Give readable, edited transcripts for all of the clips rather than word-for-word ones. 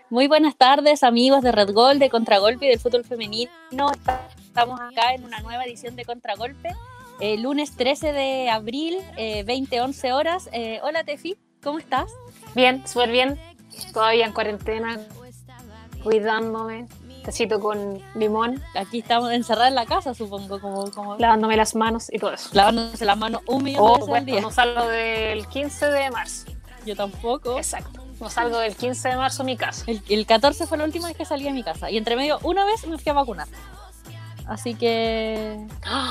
Muy buenas tardes, amigos de Red Gol, de Contragolpe y del fútbol femenino. Estamos acá en una nueva edición de Contragolpe, lunes 13 de abril, 20:11 horas. Hola Tefi, ¿cómo estás? Bien, súper bien. Todavía en cuarentena, cuidándome. Tecito con limón. Aquí estamos encerrados en la casa, supongo, como lavándome las manos y todo eso. Lavándose las manos 1.000.000 de veces al día. No salgo del 15 de marzo. Yo tampoco. Exacto. No salgo del 15 de marzo a mi casa. El 14 fue la última vez que salí de mi casa. Y entre medio, una vez me fui a vacunar. Así que...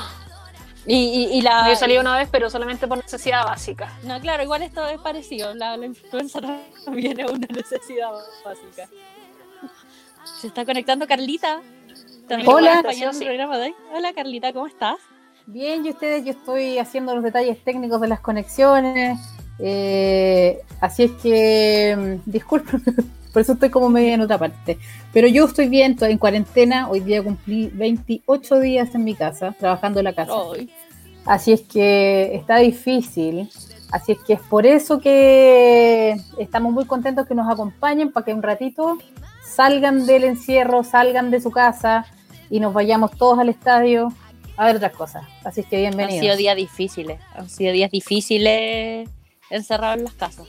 Yo salí una vez, pero solamente por necesidad básica. No, claro, igual esto es parecido. La influenza también es una necesidad básica. Se está conectando Carlita. Hola. Programa de hoy. Hola Carlita, ¿cómo estás? Bien, ¿y ustedes? Yo estoy haciendo los detalles técnicos de las conexiones. Así es que disculpen, por eso estoy como media en otra parte. Pero yo estoy bien, estoy en cuarentena. Hoy día cumplí 28 días en mi casa, trabajando en la casa. Así es que está difícil. Así es que es por eso que estamos muy contentos que nos acompañen para que un ratito salgan del encierro, salgan de su casa y nos vayamos todos al estadio a ver otras cosas. Así es que bienvenidos. Han sido días difíciles encerrados en las casas.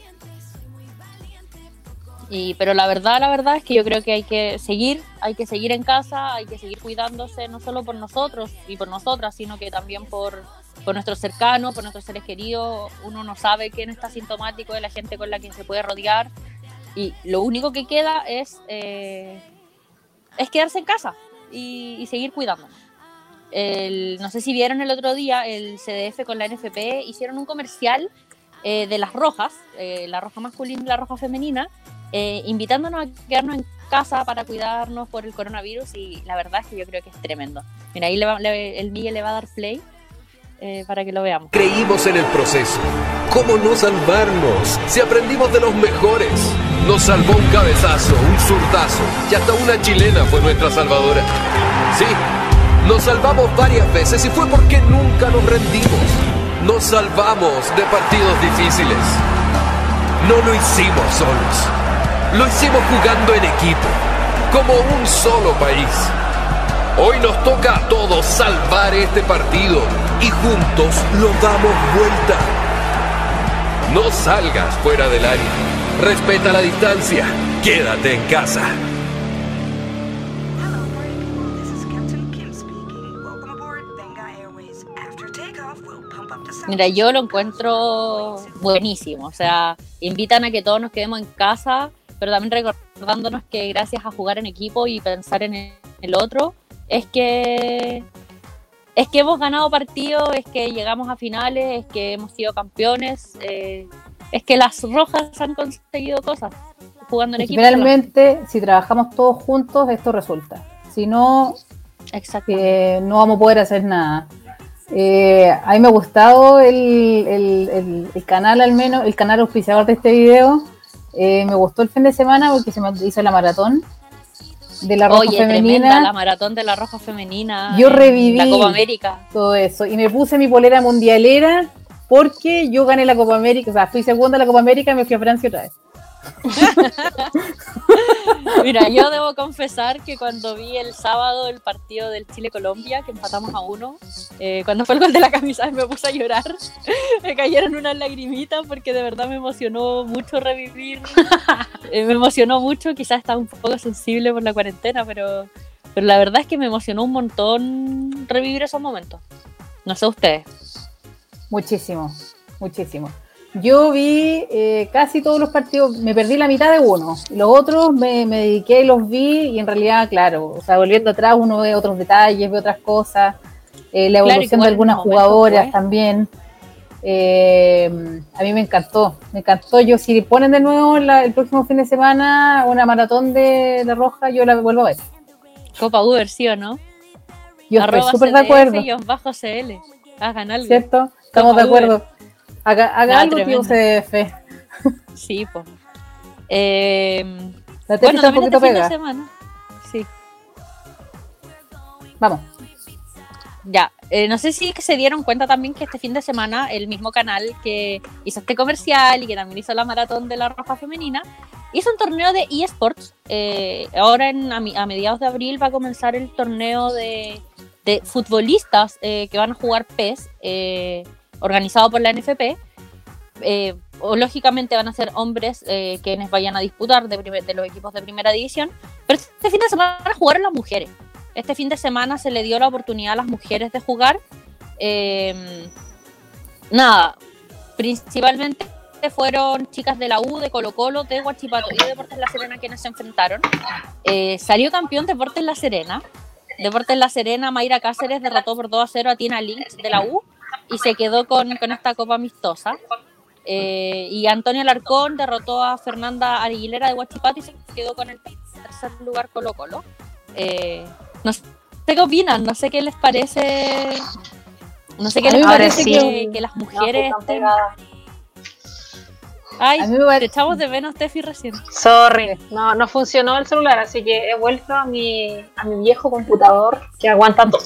Pero la verdad es que yo creo que hay que seguir en casa, hay que seguir cuidándose, no solo por nosotros y por nosotras, sino que también por nuestros cercanos, por nuestros seres queridos. Uno no sabe quién está sintomático, de la gente con la que se puede rodear, y lo único que queda es quedarse en casa y seguir cuidándonos. No sé si vieron el otro día, el CDF con la NFP hicieron un comercial de las rojas, la roja masculina y la roja femenina, invitándonos a quedarnos en casa para cuidarnos por el coronavirus, y la verdad es que yo creo que es tremendo. Mira, ahí el Miguel le va a dar play para que lo veamos. Creímos en el proceso. ¿Cómo no salvarnos? Si aprendimos de los mejores. Nos salvó un cabezazo, un zurdazo, y hasta una chilena fue nuestra salvadora. Sí, nos salvamos varias veces y fue porque nunca nos rendimos. Nos salvamos de partidos difíciles. No lo hicimos solos. Lo hicimos jugando en equipo, como un solo país. Hoy nos toca a todos salvar este partido y juntos lo damos vuelta. No salgas fuera del área. Respeta la distancia. Quédate en casa. Mira, yo lo encuentro buenísimo. O sea, invitan a que todos nos quedemos en casa, pero también recordándonos que gracias a jugar en equipo y pensar en el otro, es que hemos ganado partidos, es que llegamos a finales, es que hemos sido campeones, es que las rojas han conseguido cosas jugando en equipo. Finalmente, si trabajamos todos juntos, esto resulta. Si no, no vamos a poder hacer nada. A mí me ha gustado el canal, al menos, el canal auspiciador de este video. Me gustó el fin de semana porque se me hizo la maratón de la roja femenina. Tremenda, la maratón de la roja femenina. Yo reviví la Copa América. Todo eso. Y me puse mi polera mundialera porque yo gané la Copa América. O sea, fui segunda en la Copa América y me fui a Francia otra vez. Mira, yo debo confesar que cuando vi el sábado el partido del Chile-Colombia, que empatamos a 1, cuando fue el gol de la camisa me puse a llorar. Me cayeron unas lagrimitas porque de verdad me emocionó mucho revivir. Me emocionó mucho, quizás estaba un poco sensible por la cuarentena, pero la verdad es que me emocionó un montón revivir esos momentos. No sé ustedes. Muchísimo. Yo vi casi todos los partidos, me perdí la mitad de uno. Los otros me dediqué y los vi, y en realidad, claro, o sea, volviendo atrás uno ve otros detalles, ve otras cosas, la evolución de algunas jugadoras también. A mí me encantó. Yo, si ponen de nuevo el próximo fin de semana una maratón de la roja, yo la vuelvo a ver. Copa Uber, ¿sí o no? Yo estoy súper de acuerdo. _CL. Hagan algo. ¿Cierto? Estamos de acuerdo. Uber. Haga algo, tío CDF. Sí, pues. La tesis está un poquito pega. Sí. Vamos. Ya, no sé si se dieron cuenta también que este fin de semana el mismo canal que hizo este comercial y que también hizo la maratón de la roja femenina hizo un torneo de eSports. Ahora a mediados de abril va a comenzar el torneo de futbolistas que van a jugar PES, organizado por la NFP. O lógicamente van a ser hombres quienes vayan a disputar de los equipos de primera división, pero este fin de semana jugaron las mujeres. Este fin de semana se le dio la oportunidad a las mujeres de jugar. Principalmente fueron chicas de la U, de Colo Colo, de Huachipato y de Deportes La Serena quienes se enfrentaron. Salió campeón Deportes La Serena. Deportes La Serena, Mayra Cáceres derrotó por 2-0 a Tina Lynch de la U y se quedó con esta copa amistosa. Y Antonio Alarcón derrotó a Fernanda Aguilera de Huachipato y se quedó con el tercer lugar Colo Colo. No sé qué opinan, no sé qué les parece. No sé qué les parece que las mujeres estén. Ay, te echamos de menos, Tefi, recién. Sorry, no funcionó el celular, así que he vuelto a mi viejo computador que aguanta todo.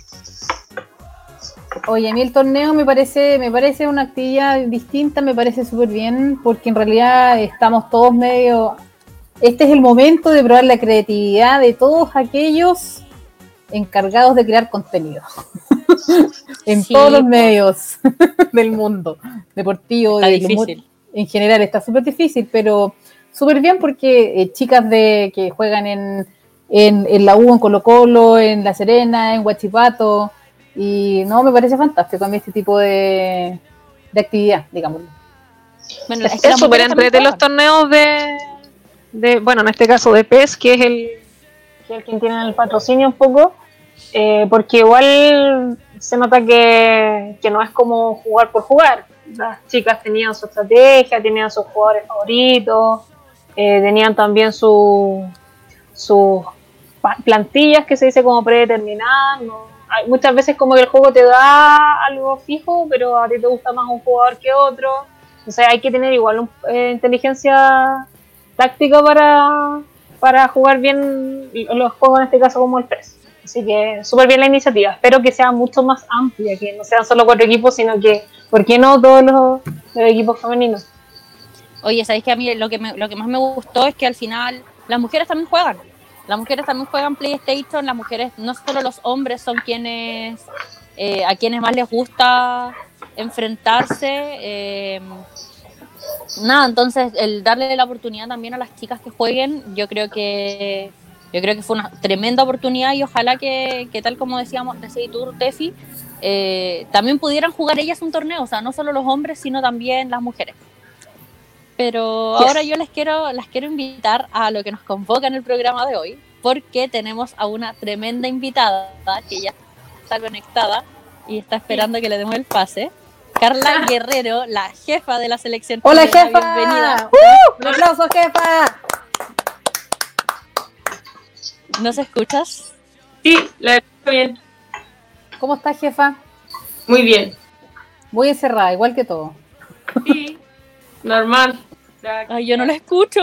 Oye, a mí el torneo me parece una actividad distinta, me parece súper bien, porque en realidad estamos todos medio... Este es el momento de probar la creatividad de todos aquellos encargados de crear contenido en todos los medios del mundo deportivo y difícil. En general está súper difícil, pero súper bien porque chicas que juegan en la U, en Colo Colo, en La Serena, en Huachipato, y no, me parece fantástico a mí este tipo de actividad, digámoslo. Bueno, es súper entrete los torneos de, bueno, en este caso de PES, que es el quien tiene el patrocinio un poco, porque igual se nota que no es como jugar por jugar. Las chicas tenían su estrategia, tenían sus jugadores favoritos, tenían también sus plantillas que se dice como predeterminadas. Muchas veces como que el juego te da algo fijo, pero a ti te gusta más un jugador que otro. Entonces hay que tener igual inteligencia táctica para jugar bien los juegos, en este caso como el PES. Así que súper bien la iniciativa. Espero que sea mucho más amplia, que no sean solo 4 equipos, sino que, ¿por qué no todos los equipos femeninos? Oye, ¿sabéis que a mí lo que más me gustó es que al final las mujeres también juegan? Las mujeres también juegan PlayStation, las mujeres, no solo los hombres son quienes a quienes más les gusta enfrentarse. Entonces el darle la oportunidad también a las chicas que jueguen, yo creo que fue una tremenda oportunidad y ojalá que tal como decías tú, Tefi, también pudieran jugar ellas un torneo, o sea, no solo los hombres, sino también las mujeres. Pero ahora yo las quiero invitar a lo que nos convoca en el programa de hoy, porque tenemos a una tremenda invitada que ya está conectada y está esperando que le demos el pase. Carla Guerrero, la jefa de la selección. ¡Hola, jefa! Bienvenida. ¡Un aplauso, jefa! ¿Nos escuchas? Sí, la escucho bien. ¿Cómo estás, jefa? Muy bien. Muy encerrada, igual que todo. Sí, normal. Ay, yo no la escucho.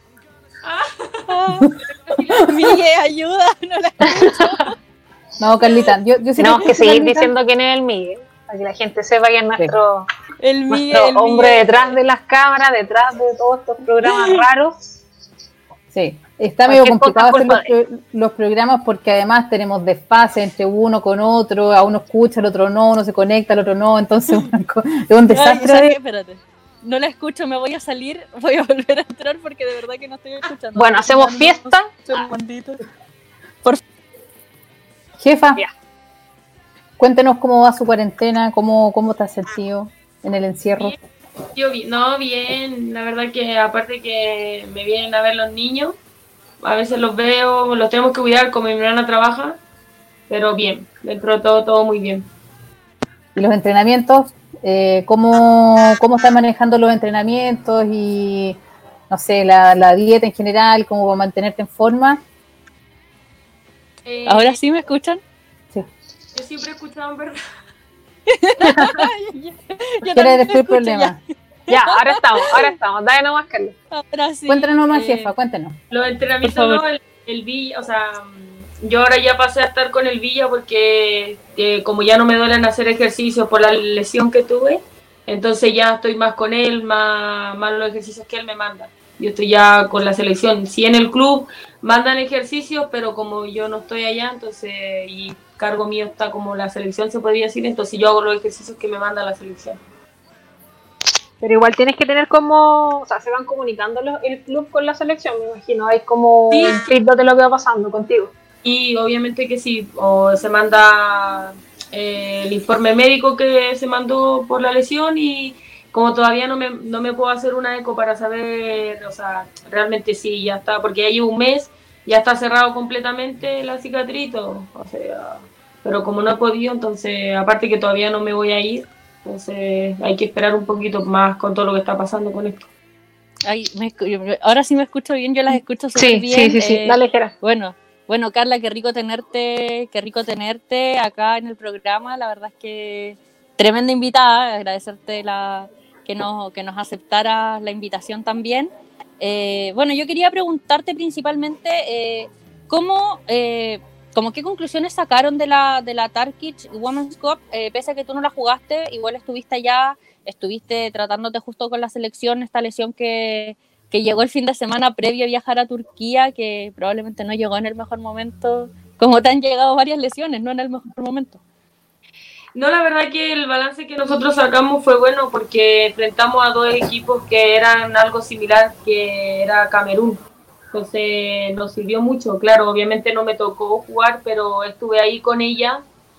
Miguel, ayuda, no la escucho. No, Carlita, yo sí tenemos que seguir diciendo quién es el Miguel, para que la gente sepa que es nuestro hombre detrás de las cámaras, detrás de todos estos programas raros. Sí, está medio complicado hacer los programas porque además tenemos desfase entre uno con otro, a uno escucha, al otro no, uno se conecta, al otro no, entonces es un desastre. Ay, espérate, no la escucho, me voy a salir, voy a volver a entrar porque de verdad que no estoy escuchando. Bueno, hacemos fiesta. Por Jefa, cuéntenos cómo va su cuarentena, cómo te has sentido en el encierro. Bien, la verdad que aparte que me vienen a ver los niños, a veces los veo, los tenemos que cuidar como mi hermana trabaja, pero bien, dentro de todo muy bien. ¿Y los entrenamientos? ¿Cómo están manejando los entrenamientos y, no sé, la dieta en general, cómo va a mantenerte en forma? ¿Ahora sí me escuchan? Sí. Yo siempre he escuchado en verdad. ¿Quieres decir el problema? Ya, ahora estamos, dale nomás, Carlos. Ahora sí. Cuéntanos nomás, jefa, cuéntanos. Los entrenamientos, no, el Villa, o sea, yo ahora ya pasé a estar con el Villa porque como ya no me duelen hacer ejercicios por la lesión que tuve, entonces ya estoy más con él, más los ejercicios que él me manda. Yo estoy ya con la selección. Sí, en el club mandan ejercicios, pero como yo no estoy allá, entonces, y cargo mío está como la selección, se podría decir, entonces yo hago los ejercicios que me manda la selección. Pero igual tienes que tener como, o sea, se van comunicando el club con la selección, me imagino, hay como Sí. un feedback de lo que va pasando contigo. Y obviamente que sí, o se manda el informe médico que se mandó por la lesión y como todavía no me puedo hacer una eco para saber, o sea, realmente sí, ya está, porque ya llevo un mes, ya está cerrado completamente la cicatriz, y todo, o sea, pero como no he podido, entonces, aparte que todavía no me voy a ir, entonces hay que esperar un poquito más con todo lo que está pasando con esto. Ay, ahora sí me escucho bien, yo las escucho súper bien. Sí, dale, Jera. Bueno, Carla, qué rico tenerte acá en el programa. La verdad es que tremenda invitada, agradecerte que nos aceptaras la invitación también. Bueno, yo quería preguntarte principalmente como qué conclusiones sacaron de la Turkish Women's Cup, pese a que tú no la jugaste, igual estuviste allá, estuviste tratándote justo con la selección, esta lesión que llegó el fin de semana previo a viajar a Turquía, que probablemente no llegó en el mejor momento, como te han llegado varias lesiones, no en el mejor momento. No, la verdad que el balance que nosotros sacamos fue bueno porque enfrentamos a dos equipos que eran algo similar, que era Camerún. Entonces nos sirvió mucho. Claro, obviamente no me tocó jugar, pero estuve ahí con ella.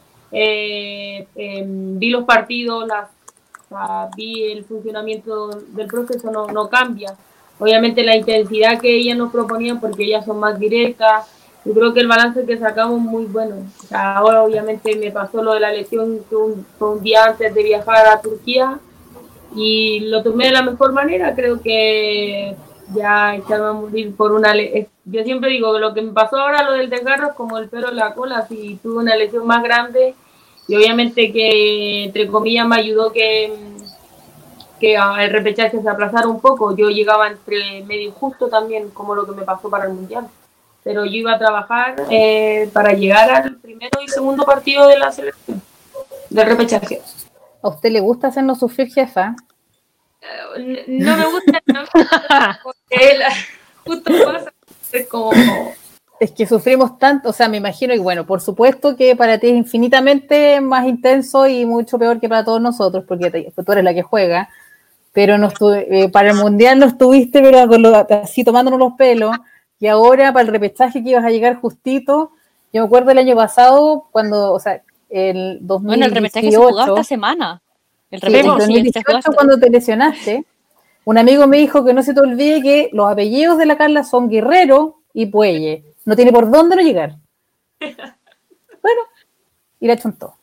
Vi los partidos, vi el funcionamiento del proceso, no cambia. Obviamente la intensidad que ellas nos proponían, porque ellas son más directas. Yo creo que el balance que sacamos es muy bueno. O sea, ahora obviamente me pasó lo de la lesión fue un día antes de viajar a Turquía y lo tomé de la mejor manera. Creo que ya echarme a morir por una lesión. Yo siempre digo que lo que me pasó ahora, lo del desgarro, es como el pelo en la cola. Si tuve una lesión más grande y obviamente que, entre comillas, me ayudó que el repechaje se aplazara un poco. Yo llegaba entre medio justo también, como lo que me pasó para el Mundial. Pero yo iba a trabajar para llegar al primero y segundo partido de la selección, del repechaje. ¿A usted le gusta hacernos sufrir, jefa? No me gusta, porque justo pasa, es como... Es que sufrimos tanto, o sea, me imagino, y bueno, por supuesto que para ti es infinitamente más intenso y mucho peor que para todos nosotros, porque tú eres la que juega, pero para el Mundial no estuviste, pero así tomándonos los pelos, y ahora para el repechaje que ibas a llegar justito. Yo me acuerdo el año pasado, cuando, o sea, el 2018... Bueno, el repechaje se jugó esta semana. El 2018, cuando te lesionaste, un amigo me dijo que no se te olvide que los apellidos de la Carla son Guerrero y Puelle. No tiene por dónde no llegar. Bueno, y la chuntó.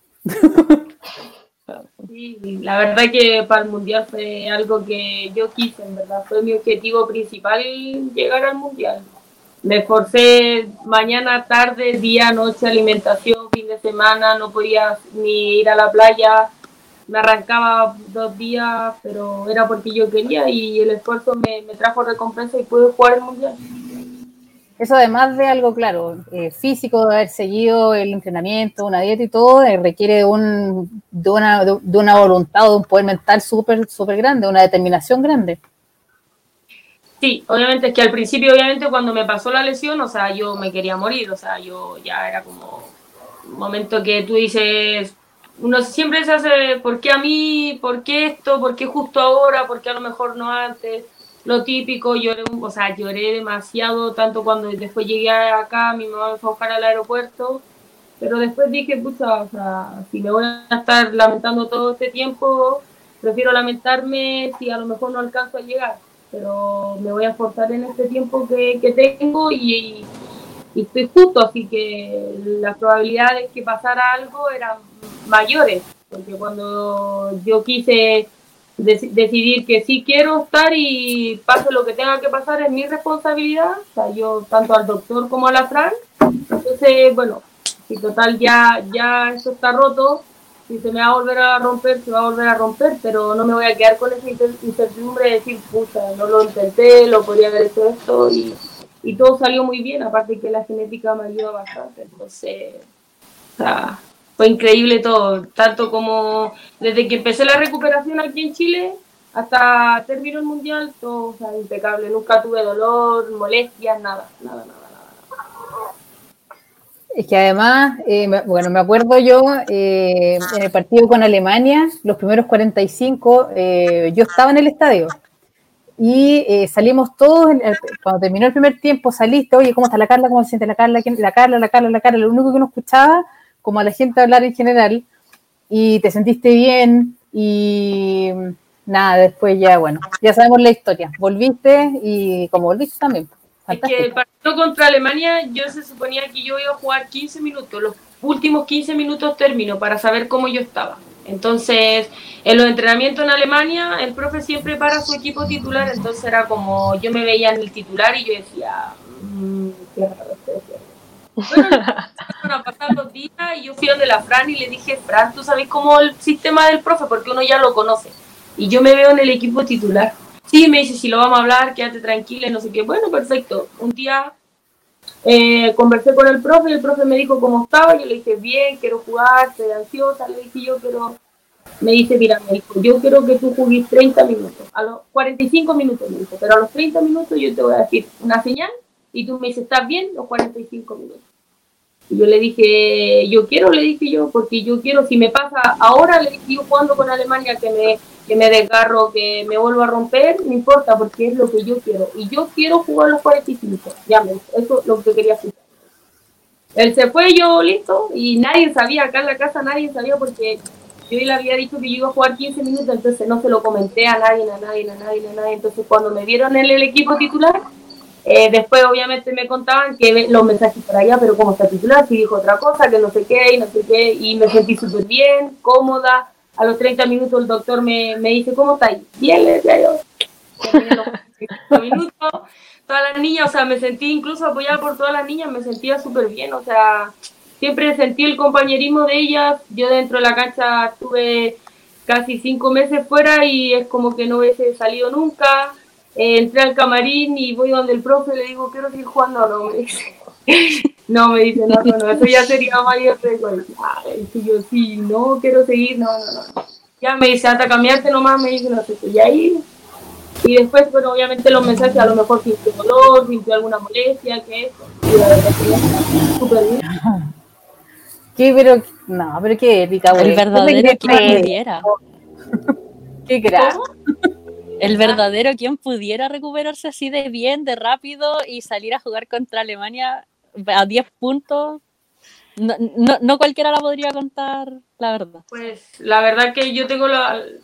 Sí, la verdad que para el Mundial fue algo que yo quise, en verdad. Fue mi objetivo principal llegar al Mundial. Me esforcé mañana, tarde, día, noche, alimentación, fin de semana, no podía ni ir a la playa. Me arrancaba 2 días, pero era porque yo quería y el esfuerzo me trajo recompensa y pude jugar el Mundial. Eso, además de algo, claro, físico, de haber seguido el entrenamiento, una dieta y todo, requiere de una voluntad, de un poder mental súper grande, una determinación grande. Sí, obviamente es que al principio, obviamente, cuando me pasó la lesión, o sea, yo me quería morir, o sea, yo ya era como un momento que tú dices, uno siempre se hace, ¿por qué a mí? ¿Por qué esto? ¿Por qué justo ahora? ¿Por qué a lo mejor no antes? Lo típico, lloré demasiado, tanto cuando después llegué acá, mi mamá me fue a buscar al aeropuerto, pero después dije, pucha, o sea, si me voy a estar lamentando todo este tiempo, prefiero lamentarme si a lo mejor no alcanzo a llegar, pero me voy a esforzar en este tiempo que tengo y estoy justo, así que las probabilidades que pasara algo eran mayores, porque cuando yo quise decidir que sí quiero estar y pase lo que tenga que pasar, es mi responsabilidad, o sea, yo tanto al doctor como a la Fran, entonces, bueno, si total ya esto está roto, si se me va a volver a romper, se va a volver a romper, pero no me voy a quedar con esa incertidumbre de decir, pucha, no lo intenté, lo podría haber hecho esto y todo salió muy bien, aparte que la genética me ayuda bastante, entonces, o sea, fue increíble todo, tanto como desde que empecé la recuperación aquí en Chile, Hasta terminó el mundial, todo, o sea, impecable. Nunca tuve dolor, molestias, nada. Es que además, me acuerdo yo, en el partido con Alemania, los primeros 45, yo estaba en el estadio y salimos todos, cuando terminó el primer tiempo, saliste, oye, ¿cómo está la Carla? ¿Cómo se siente la Carla? La Carla, lo único que uno escuchaba, como a la gente hablar en general, y te sentiste bien, y nada, después ya, bueno, ya sabemos la historia, volviste, y como volviste también, fantástico. Es que el partido contra Alemania, yo se suponía que yo iba a jugar 15 minutos, los últimos 15 minutos termino para saber cómo yo estaba. Entonces, en los entrenamientos en Alemania, el profe siempre para su equipo titular, entonces era como, yo me veía en el titular y yo decía, qué raro esto. Bueno, empezaron a pasar los días y yo fui donde la Fran y le dije, Fran, ¿tú sabes cómo el sistema del profe? Porque uno ya lo conoce. Y yo me veo en el equipo titular. Sí, me dice, si lo vamos a hablar, quédate tranquila, no sé qué. Bueno, perfecto. Un día conversé con el profe y el profe me dijo cómo estaba. Yo le dije, bien, quiero jugar, estoy ansiosa. Le dije, yo quiero... Me dice, mira, me dijo, yo quiero que tú jugues 30 minutos. A los 45 minutos, me dijo, pero a los 30 minutos yo te voy a decir una señal y tú me dices, ¿estás bien? Los 45 minutos. Y yo le dije, le dije yo, porque yo quiero, si me pasa ahora, le dije yo jugando con Alemania, que me desgarro, que me vuelvo a romper, no importa, porque es lo que yo quiero. Y yo quiero jugar los 45, ya me dijo, eso es lo que quería hacer. Él se fue, yo listo, y nadie sabía, acá en la casa nadie sabía, porque yo le había dicho que yo iba a jugar 15 minutos, entonces no se lo comenté a nadie. Entonces cuando me vieron en el equipo titular, después obviamente me contaban que los mensajes por allá, pero como está titular, si dijo otra cosa, que no sé qué, y me sentí súper bien, cómoda. A los 30 minutos el doctor me dice, ¿cómo estáis? Bien, le decía yo. Terminé los 30 minutos, todas las niñas, o sea, me sentí incluso apoyada por todas las niñas, me sentía súper bien, o sea, siempre sentí el compañerismo de ellas. Yo dentro de la cancha estuve casi 5 meses fuera y es como que no hubiese salido nunca. Entré al camarín y voy donde el profe, le digo, quiero seguir jugando, no, me dice. No, me dice, no, eso ya sería mayor récord. Y yo, sí, no, quiero seguir, no. Ya me dice, hasta cambiarte nomás, me dice, no sé qué, y ahí. Y después, bueno, obviamente los mensajes, a lo mejor sintió dolor, sintió alguna molestia, que eso. Y la verdad que súper bien. Pero qué épica, güey. El verdadero quien pudiera. Qué gran. El verdadero quien pudiera recuperarse así de bien, de rápido y salir a jugar contra Alemania a 10 puntos. No cualquiera la podría contar, la verdad. Pues la verdad que yo tengo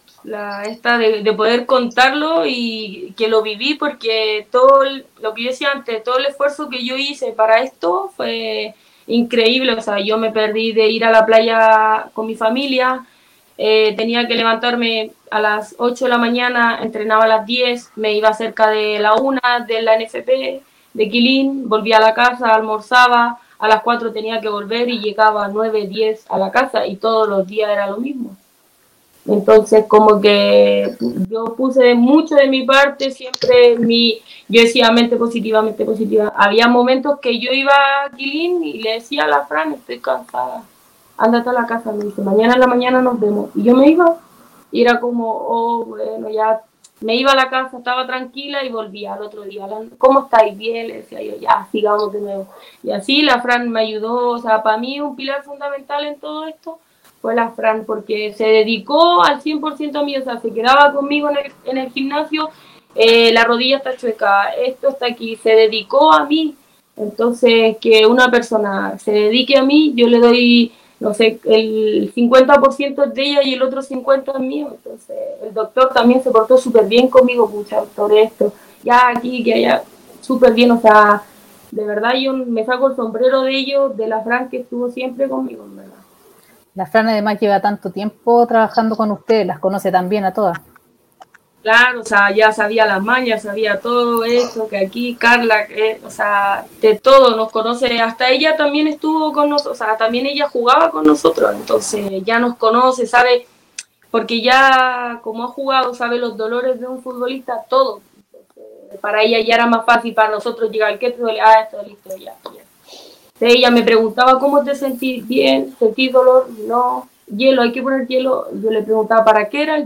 esta de poder contarlo y que lo viví, porque todo lo que yo decía antes, todo el esfuerzo que yo hice para esto fue increíble. O sea, yo me perdí de ir a la playa con mi familia, tenía que levantarme a las 8 de la mañana, entrenaba a las 10, me iba cerca de la 1 de la NFP de Quilín, volvía a la casa, almorzaba, a las 4 tenía que volver y llegaba a 9, 10 a la casa, y todos los días era lo mismo. Entonces, como que yo puse mucho de mi parte, siempre yo decía mente positiva. Había momentos que yo iba a Quilín y le decía a la Fran, estoy cansada, ándate a la casa, me dice, mañana en la mañana nos vemos. Y yo me iba, y era como, oh, bueno, ya me iba a la casa, estaba tranquila y volvía al otro día. ¿Cómo estáis? Bien, le decía yo, ya, sigamos de nuevo. Y así la Fran me ayudó. O sea, para mí un pilar fundamental en todo esto fue la Fran, porque se dedicó al 100% a mí. O sea, se quedaba conmigo en el gimnasio, la rodilla está chueca, esto está aquí, se dedicó a mí. Entonces, que una persona se dedique a mí, yo le doy, no sé, el 50% es de ella y el otro 50% es mío. Entonces, el doctor también se portó súper bien conmigo, pucha, doctor, esto, ya aquí, que allá, súper bien. O sea, de verdad yo me saco el sombrero de ellos, de la Fran, que estuvo siempre conmigo, en verdad. La Fran además lleva tanto tiempo trabajando con ustedes, las conoce tan bien a todas. Claro, o sea, ya sabía las mañas, sabía todo eso, que aquí Carla, o sea, de todo nos conoce. Hasta ella también estuvo con nosotros, o sea, también ella jugaba con nosotros, entonces ya nos conoce, sabe, porque ya como ha jugado, sabe los dolores de un futbolista, todo. Entonces, para ella ya era más fácil, para nosotros llegar, ¿qué te duele? Ah, esto, listo, ya. Entonces ella me preguntaba, ¿cómo te sentís? Bien, ¿sentís dolor? No. Hielo, hay que poner hielo. Yo le preguntaba, ¿para qué era el hielo?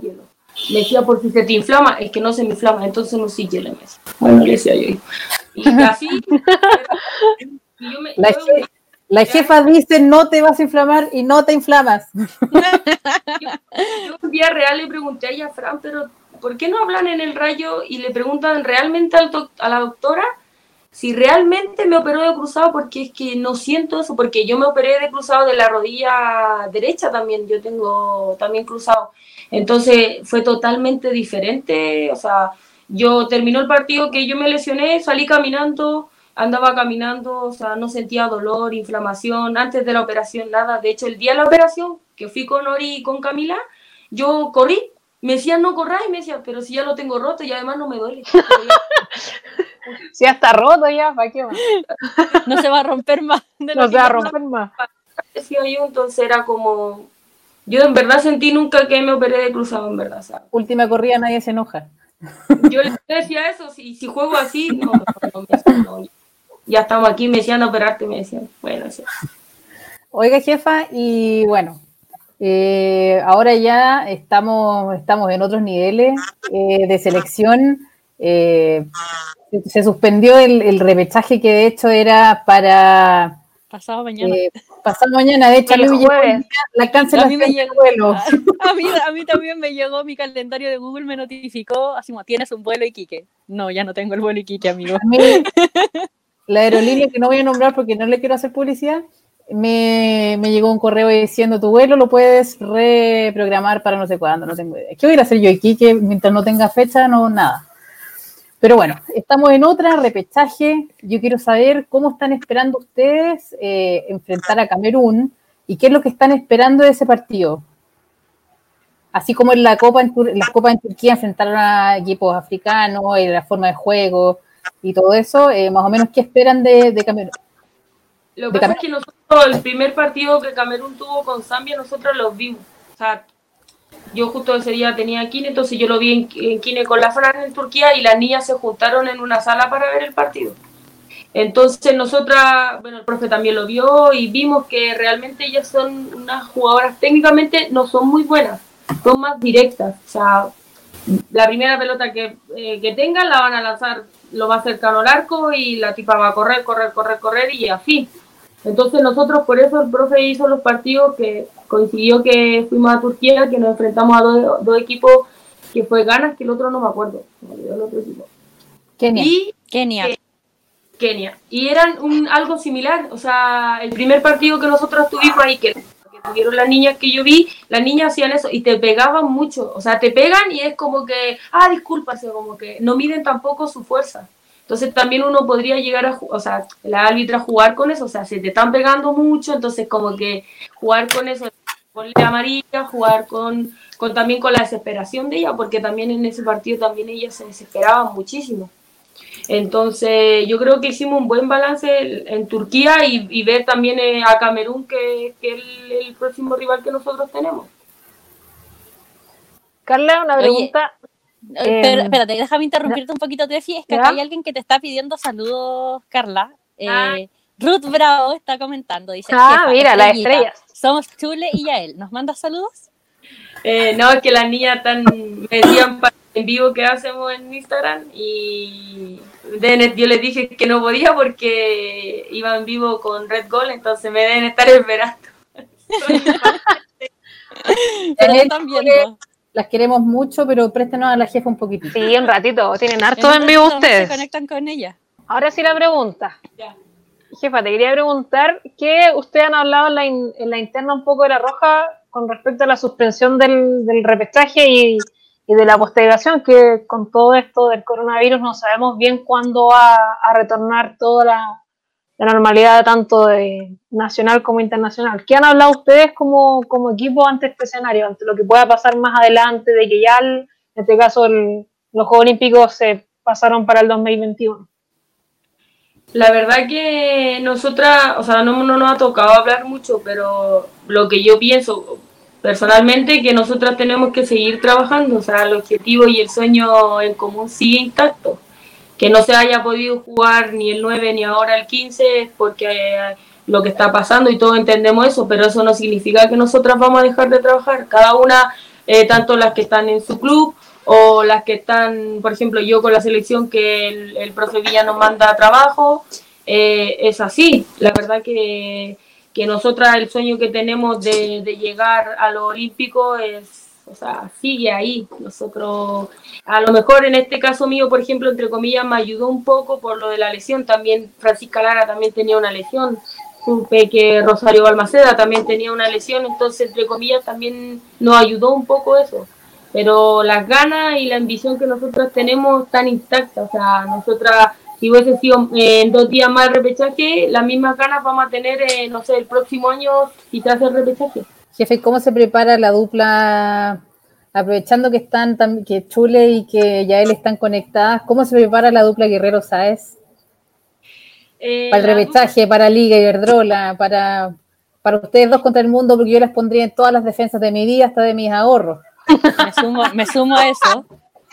Me decía, por si se te inflama, es que no se me inflama, entonces no sigue la mesa. Bueno, le decía yo. Y así, y la jefa dice no te vas a inflamar y no te inflamas. Yo un día real le pregunté a ella, Fran, pero ¿por qué no hablan en el rayo y le preguntan realmente a la doctora si realmente me operó de cruzado? Porque es que no siento eso, porque yo me operé de cruzado de la rodilla derecha también, yo tengo también cruzado. Entonces fue totalmente diferente, o sea, yo terminó el partido que yo me lesioné, salí caminando, andaba caminando, o sea, no sentía dolor, inflamación, antes de la operación nada. De hecho, el día de la operación, que fui con Ori y con Camila, yo corrí, me decían no corráis, me decían, pero si ya lo tengo roto y además no me duele. Si ya está roto ya, ¿para qué más? No se va a romper más. No se va a romper más. Decía yo, entonces era como... Yo en verdad sentí nunca que me operé de cruzado, en verdad, ¿sabes? Última corrida, nadie se enoja. Yo les decía eso, si juego así, no. Ya estamos aquí, me decían operarte, me decían, bueno, sí. Oiga, jefa, y bueno, ahora ya estamos en otros niveles de selección. Se suspendió el repechaje que de hecho era para... Pasado mañana. Pasado mañana, de hecho, a mí me llegó la cancelación del vuelo. A mí también me llegó mi calendario de Google, me notificó, así como, tienes un vuelo Iquique. No, ya no tengo el vuelo Iquique, amigo. A mí, la aerolínea, que no voy a nombrar porque no le quiero hacer publicidad, me llegó un correo diciendo, tu vuelo lo puedes reprogramar para no sé cuándo, no tengo idea. ¿Qué voy a hacer yo Iquique? Mientras no tenga fecha, no, nada. Pero bueno, estamos en otra, repechaje. Yo quiero saber cómo están esperando ustedes enfrentar a Camerún y qué es lo que están esperando de ese partido. Así como en las copas en Turquía enfrentaron a equipos africanos y la forma de juego y todo eso, más o menos, ¿qué esperan de Camerún? Lo que pasa es que nosotros, el primer partido que Camerún tuvo con Zambia, nosotros los vimos. O sea, yo justo ese día tenía kine, entonces yo lo vi en kine con la Fran en Turquía y las niñas se juntaron en una sala para ver el partido. Entonces nosotras, bueno, el profe también lo vio y vimos que realmente ellas son unas jugadoras, técnicamente no son muy buenas, son más directas. O sea, la primera pelota que tengan la van a lanzar lo más cercano al arco y la tipa va a correr y así. Entonces nosotros, por eso el profe hizo los partidos que coincidió que fuimos a Turquía, que nos enfrentamos a dos equipos, que fue Ghana, que el otro no me acuerdo, me olvidó el otro equipo. Kenia. Y eran algo similar, o sea, el primer partido que nosotros tuvimos ahí, que tuvieron las niñas que yo vi, las niñas hacían eso y te pegaban mucho, o sea, te pegan y es como que, discúlpase, como que no miden tampoco su fuerza. Entonces también uno podría llegar a, o sea, la árbitra jugar con eso, o sea, se te están pegando mucho, entonces como que jugar con eso, ponerle amarilla, jugar también con la desesperación de ella, porque también en ese partido también ellas se desesperaban muchísimo. Entonces yo creo que hicimos un buen balance en Turquía y ver también a Camerún, que es el próximo rival que nosotros tenemos. Carla, una pregunta. Pero, espérate, déjame interrumpirte un poquito, Tefi. Es que acá hay alguien que te está pidiendo saludos, Carla. Ruth Bravo está comentando. Dice, mira, las estrellas. Somos Chule y Yael. ¿Nos mandas saludos? No, es que las niñas me decían en vivo que hacemos en Instagram y yo les dije que no podía porque iba en vivo con Red Gold, entonces me deben estar esperando. Pero también, ¿no? Las queremos mucho, pero préstenos a la jefa un poquitito. Sí, un ratito. Tienen harto en vivo ustedes. Se conectan con ella. Ahora sí la pregunta. Ya. Jefa, te quería preguntar que ustedes han hablado en la interna un poco de la Roja con respecto a la suspensión del repechaje y de la postergación, que con todo esto del coronavirus no sabemos bien cuándo va a retornar toda la normalidad tanto de nacional como internacional. ¿Qué han hablado ustedes como equipo ante este escenario, ante lo que pueda pasar más adelante, de que ya en este caso los Juegos Olímpicos se pasaron para el 2021? La verdad que nosotras, o sea, no nos ha tocado hablar mucho, pero lo que yo pienso personalmente, que nosotras tenemos que seguir trabajando, o sea, el objetivo y el sueño en común sigue intacto. Que no se haya podido jugar ni el 9 ni ahora el 15 es porque lo que está pasando y todos entendemos eso, pero eso no significa que nosotras vamos a dejar de trabajar. Cada una tanto las que están en su club o las que están, por ejemplo, yo con la selección que el profe Villa nos manda a trabajo. Es así, la verdad que nosotras el sueño que tenemos de llegar a lo olímpico o sea, sigue ahí. Nosotros, a lo mejor en este caso mío, por ejemplo, entre comillas, me ayudó un poco por lo de la lesión. También Francisca Lara también tenía una lesión. Supe que Rosario Balmaceda también tenía una lesión, entonces, entre comillas, también nos ayudó un poco eso. Pero las ganas y la ambición que nosotros tenemos están intactas. O sea, nosotras, si hubiese sido en 2 días más el repechaje, las mismas ganas vamos a tener, no sé, el próximo año si se hace el repechaje. Jefe, ¿cómo se prepara la dupla, aprovechando que están que Chule y que Yael están conectadas? ¿Cómo se prepara la dupla Guerrero Sáez? Para el repechaje, para Liga Iberdrola, para ustedes dos contra el mundo, porque yo las pondría en todas las defensas de mi vida, hasta de mis ahorros. Me sumo a eso.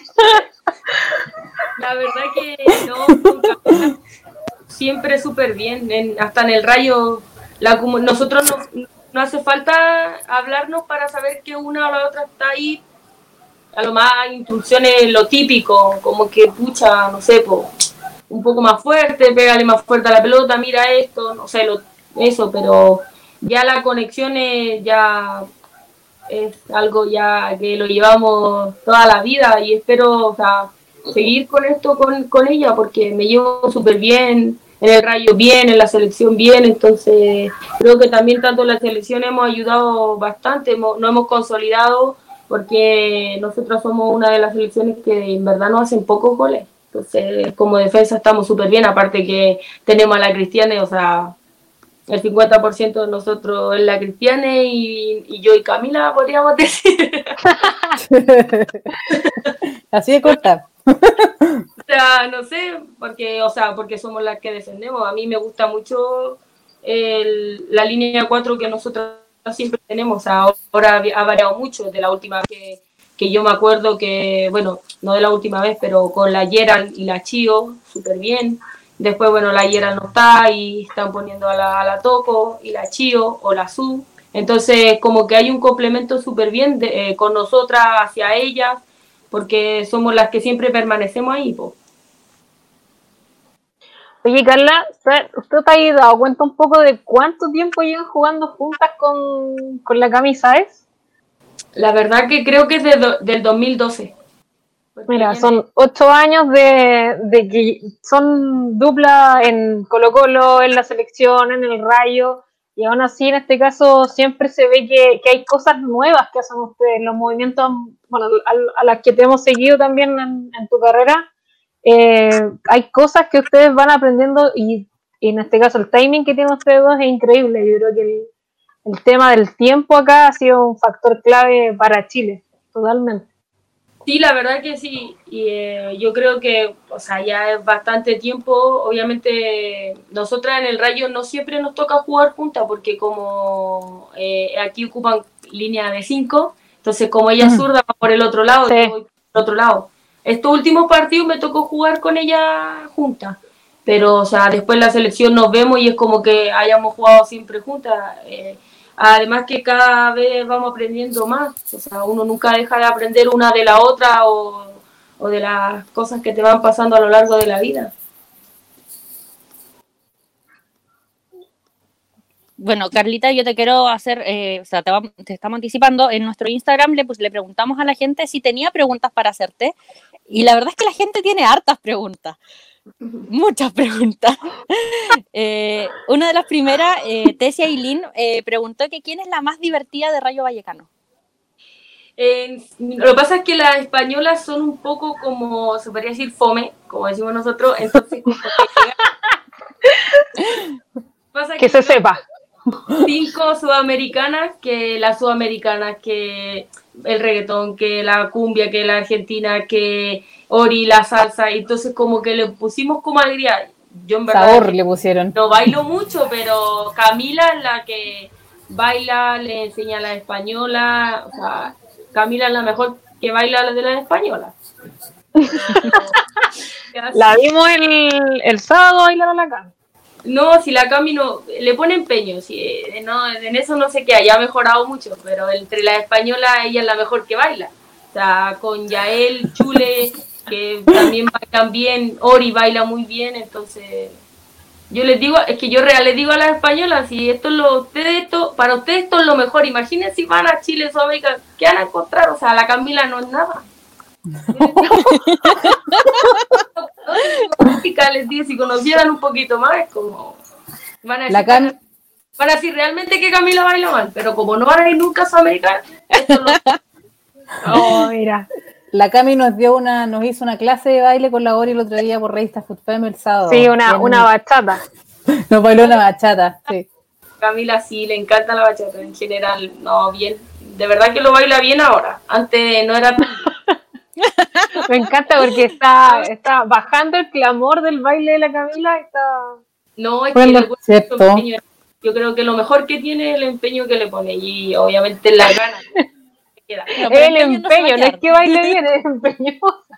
La verdad que no, siempre súper bien, hasta en el Rayo, nosotros no hace falta hablarnos para saber que una o la otra está ahí. A lo más instrucciones, lo típico, como que pucha, no sé, un poco más fuerte, pégale más fuerte a la pelota, mira esto, no sé, eso, pero ya la conexión ya es algo ya que lo llevamos toda la vida y espero, o sea, seguir con esto con ella porque me llevo súper bien, en el Rayo bien, en la selección bien, entonces creo que también tanto en la selección hemos ayudado bastante, nos hemos consolidado porque nosotros somos una de las selecciones que en verdad no hacen pocos goles. Entonces, como defensa estamos súper bien, aparte que tenemos a la Cristiane, o sea, el 50% de nosotros es la Cristiane y yo y Camila, podríamos decir. Así de corta. O sea, no sé, porque somos las que defendemos. A mí me gusta mucho la línea 4 que nosotros siempre tenemos. O sea, ahora ha variado mucho de la última vez que yo me acuerdo que, bueno, no de la última vez, pero con la Gerald y la Chio, súper bien. Después, bueno, la Gerald no está y están poniendo a la Toco y la Chio o la Su. Entonces, como que hay un complemento súper bien con nosotras hacia ellas, porque somos las que siempre permanecemos ahí, po. Oye, Carla, ¿usted te ha dado cuenta un poco de cuánto tiempo llevan jugando juntas con la Cami Sáez? La verdad que creo que es del 2012. Mira, son 8 años de que son dupla en Colo-Colo, en la selección, en el Rayo, y aún así en este caso siempre se ve que hay cosas nuevas que hacen ustedes, los movimientos, bueno, a las que te hemos seguido también en tu carrera, hay cosas que ustedes van aprendiendo y en este caso el timing que tienen ustedes dos es increíble. Yo creo que el tema del tiempo acá ha sido un factor clave para Chile, totalmente. Sí, la verdad que sí, y yo creo que, o sea, ya es bastante tiempo. Obviamente nosotras en el Rayo no siempre nos toca jugar juntas porque como aquí ocupan línea de 5, entonces como ella es zurda va por el otro lado, sí. Yo voy por el otro lado. Estos últimos partidos me tocó jugar con ella juntas, pero o sea, después en la selección nos vemos y es como que hayamos jugado siempre juntas. Además que cada vez vamos aprendiendo más, o sea, uno nunca deja de aprender una de la otra o de las cosas que te van pasando a lo largo de la vida. Bueno, Carlita, yo te quiero hacer, o sea, te estamos anticipando, en nuestro Instagram le preguntamos a la gente si tenía preguntas para hacerte, y la verdad es que la gente tiene hartas preguntas. Muchas preguntas. Una de las primeras, Tesia Ailín, preguntó que quién es la más divertida de Rayo Vallecano. Lo que pasa es que las españolas son un poco como, se podría decir, fome, como decimos nosotros, entonces que se sepa. 5 sudamericanas, que las sudamericanas, que el reggaetón, que la cumbia, que la argentina, que Ori, la salsa, y entonces como que le pusimos como alegría. Yo en verdad sabor le pusieron. No bailo mucho, pero Camila es la que baila, le enseña a la española, o sea, Camila es la mejor que baila de las españolas. La vimos el sábado bailar a la cama. No, si la Cami no, le pone empeño, si, no, en eso no sé qué, haya mejorado mucho, pero entre la española ella es la mejor que baila. O sea, con Yael, Chule, que también bailan bien, Ori baila muy bien, entonces yo les digo, es que yo real les digo a las españolas, si esto es para ustedes esto es lo mejor, imaginen si van a Chile, Sudamérica, ¿qué van a encontrar? O sea, la Camila no es nada. Les digo, si conocieran un poquito más, es como van a decir realmente que Camila baila mal, pero como no van a ir nunca a Sudamérica, esto Oh, mira. La Cami nos hizo una clase de baile con la Ori el otro día por Revista Food Femme el sábado. Sí, una bachata. Nos bailó una bachata, sí. Camila sí, le encanta la bachata en general, no, bien, de verdad que lo baila bien ahora, antes no era tan... Me encanta porque está bajando el clamor del baile de la Camila. No, es que empeño, yo creo que lo mejor que tiene es el empeño que le pone y obviamente la gana. No, el empeño, no es que baile bien, es empeño.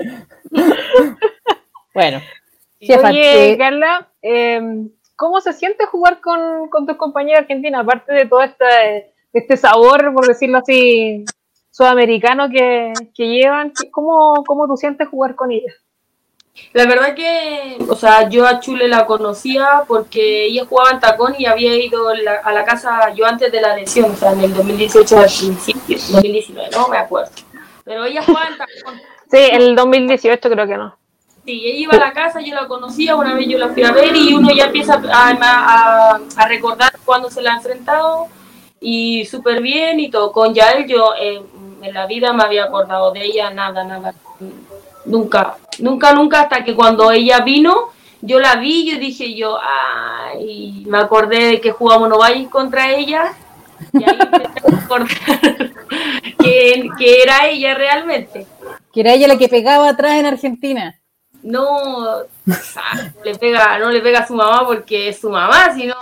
Bueno. Oye, Carla, ¿cómo se siente jugar con tus compañeros argentinos? Aparte de todo este sabor, por decirlo así, sudamericano que llevan, ¿cómo tú sientes jugar con ellas? La verdad que, o sea, yo a Chule la conocía porque ella jugaba en tacón y había ido a la casa yo antes de la lesión, o sea, en el 2018 al principio, 2019, no me acuerdo. Pero ella jugaba en tacón. Sí, el 2018 creo que no. Sí, ella iba a la casa, yo la conocía, una vez yo la fui a ver y uno ya empieza a recordar cuando se la ha enfrentado y súper bien y todo. Con Yael yo en la vida me había acordado de ella, nada. Nunca, hasta que cuando ella vino, yo la vi y yo dije ay, me acordé de que jugamos Novalle contra ella y ahí empecé a recordar que era ella realmente. Que era ella la que pegaba atrás en Argentina. No le pega a su mamá porque es su mamá, sino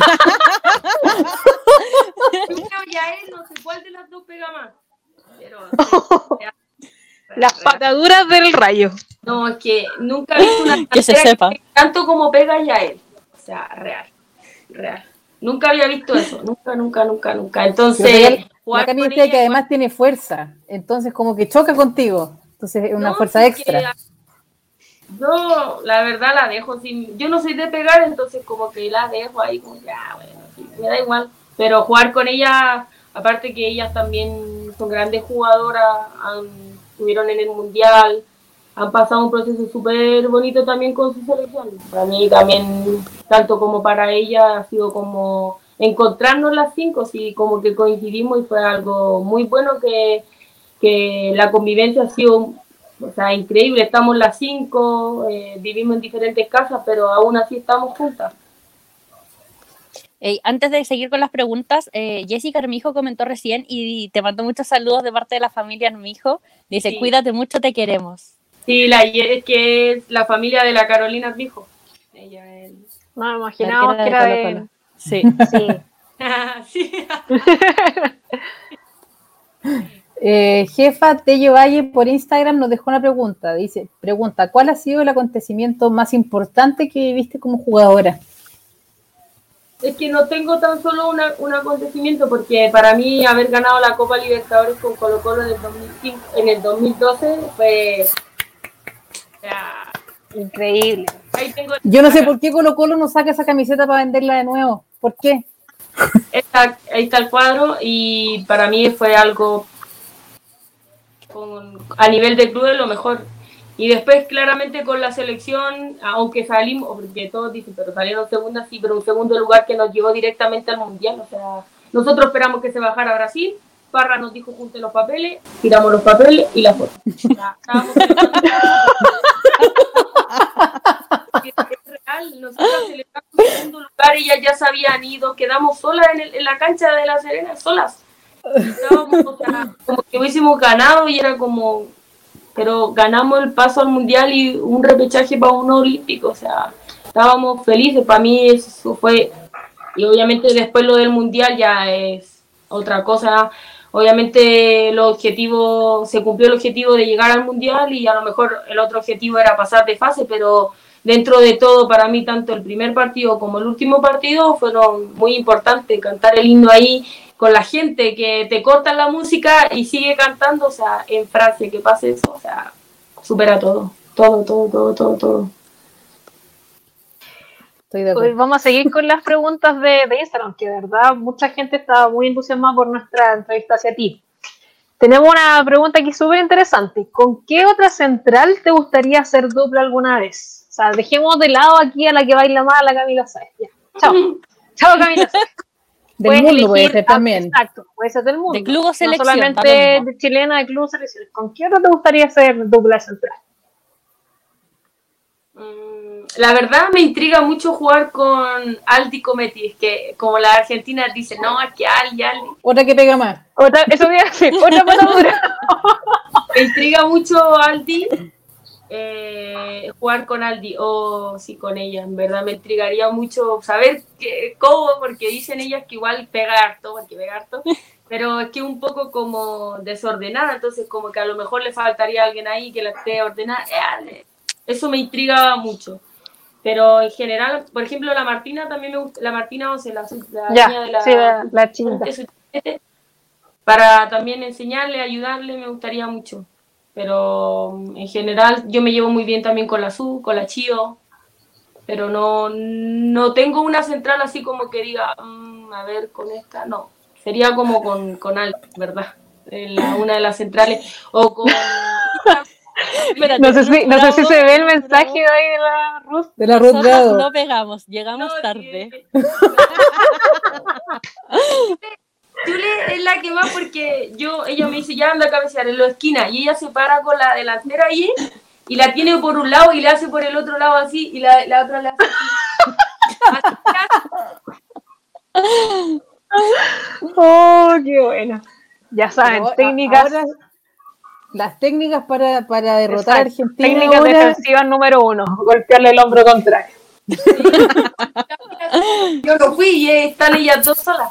ya él, no sé cuál de las dos pega más. Pero las pataduras del Rayo. No, es que nunca he visto una que se sepa tanto como pega ya él. O sea, real. Nunca había visto eso, nunca. Entonces, la Cami dice que además tiene fuerza, entonces como que choca contigo, entonces es una fuerza extra. Yo, la verdad, la dejo yo no soy de pegar, entonces como que la dejo ahí, como sí, me da igual. Pero jugar con ella, aparte que ellas también son grandes jugadoras, estuvieron en el Mundial, han pasado un proceso súper bonito también con su selección. Para mí también, tanto como para ella, ha sido como encontrarnos las 5, sí, como que coincidimos y fue algo muy bueno que la convivencia ha sido... O sea, increíble, estamos las 5, vivimos en diferentes casas, pero aún así estamos juntas. Antes de seguir con las preguntas, Jessica Armijo comentó recién y te mandó muchos saludos de parte de la familia Armijo. Dice, sí. Cuídate mucho, te queremos. Sí, es que es la familia de la Carolina Armijo. Ella es... No, imaginábamos que era de... Sí. Sí. Jefa Tello Valle por Instagram nos dejó una pregunta. Pregunta, ¿cuál ha sido el acontecimiento más importante que viviste como jugadora? Es que no tengo tan solo un acontecimiento, porque para mí haber ganado la Copa Libertadores con Colo-Colo en el 2012 fue increíble. Yo no sé por qué Colo-Colo no saca esa camiseta para venderla de nuevo. ¿Por qué? Ahí está el cuadro y para mí fue algo a nivel de club lo mejor. Y después claramente con la selección, aunque salimos, porque todos dicen, pero salieron segundas, sí, pero un segundo lugar que nos llevó directamente al Mundial. O sea, nosotros esperamos que se bajara Brasil, Parra nos dijo junte los papeles, tiramos los papeles y la foto. O sea, estábamos es real, nosotros celebramos un segundo lugar, ellas ya se habían ido, quedamos solas en la cancha de La Serena, solas. Estábamos, o sea, como que hubiésemos ganado y era como, pero ganamos el paso al Mundial y un repechaje para un olímpico, o sea, estábamos felices, para mí eso fue, y obviamente después lo del Mundial ya es otra cosa, obviamente se cumplió el objetivo de llegar al Mundial y a lo mejor el otro objetivo era pasar de fase, pero dentro de todo, para mí, tanto el primer partido como el último partido fueron muy importantes. Cantar el himno ahí con la gente, que te cortan la música y sigue cantando, o sea, en Francia, que pase eso, o sea, supera todo. Todo. Estoy de Hoy acuerdo. vamos a seguir con las preguntas de Instagram, que de verdad mucha gente estaba muy entusiasmada por nuestra entrevista hacia ti. Tenemos una pregunta aquí súper interesante. ¿Con qué otra central te gustaría hacer dupla alguna vez? O sea, dejemos de lado aquí a la que baila más, a la Camila Sáez. Ya. Chao. Chao, Camila Sáez. Del mundo puede ser también. Exacto, puede ser del mundo. De club o selección, no solamente da lo mismo. de chilena, de club o selección. ¿Con qué otra te gustaría hacer dupla central? La verdad me intriga mucho jugar con Aldi Cometti, es que como la Argentina dice, no, es que Aldi. Otra que pega más. Eso voy a decir, otra patadura. Me intriga mucho Aldi, jugar con Aldi, o sí, con ella, en verdad me intrigaría mucho saber cómo, porque dicen ellas que igual pega harto, pero es que un poco como desordenada, entonces como que a lo mejor le faltaría alguien ahí que la esté ordenada, eso me intriga mucho. Pero en general, por ejemplo, la Martina también me gusta, la Martina Once, la niña de la chinita. Para también enseñarle, ayudarle, me gustaría mucho. Pero en general yo me llevo muy bien también con la Su, con la Chio, pero no tengo una central así como que diga, a ver, con esta, no. Sería como con Alba, ¿verdad? Una de las centrales, o con... Espérate, No sé si se ve el Bravo. mensaje de ahí de la Ruth. De la Ruth Nosotros Gado. no pegamos, llegamos tarde. Chule es la que va porque ella me dice, ya anda a cabecear en la esquina, y ella se para con la delantera ahí y la tiene por un lado y le hace por el otro lado así y la otra le hace así. Oh, qué bueno. Ya saben, Pero técnicas. ahora, las técnicas para derrotar a Exacto, Argentina. técnicas ahora, defensivas número 1, golpearle el hombro contrario. Yo no fui y están ellas dos solas.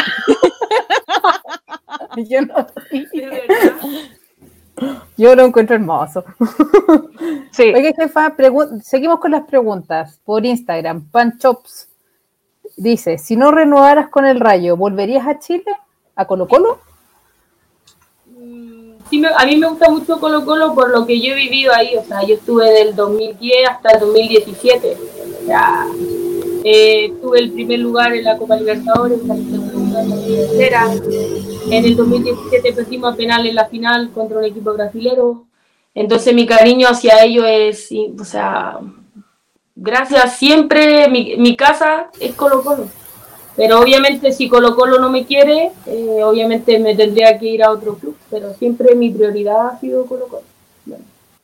yo, no, De verdad. yo lo encuentro hermoso. Sí. Oiga, jefa, seguimos con las preguntas por Instagram. Panchops dice, si no renovaras con el Rayo, ¿volverías a Chile? ¿A Colo-Colo? Sí, a mí me gusta mucho Colo-Colo por lo que yo he vivido ahí, o sea, yo estuve del 2010 hasta el 2017, o sea, tuve el primer lugar en la Copa Libertadores, en la tercera, en el 2017 perdimos a penal en la final contra un equipo brasilero, entonces mi cariño hacia ellos es, o sea, gracias siempre, mi casa es Colo-Colo. Pero obviamente si Colo-Colo no me quiere, obviamente me tendría que ir a otro club, pero siempre mi prioridad ha sido Colo-Colo. Bueno.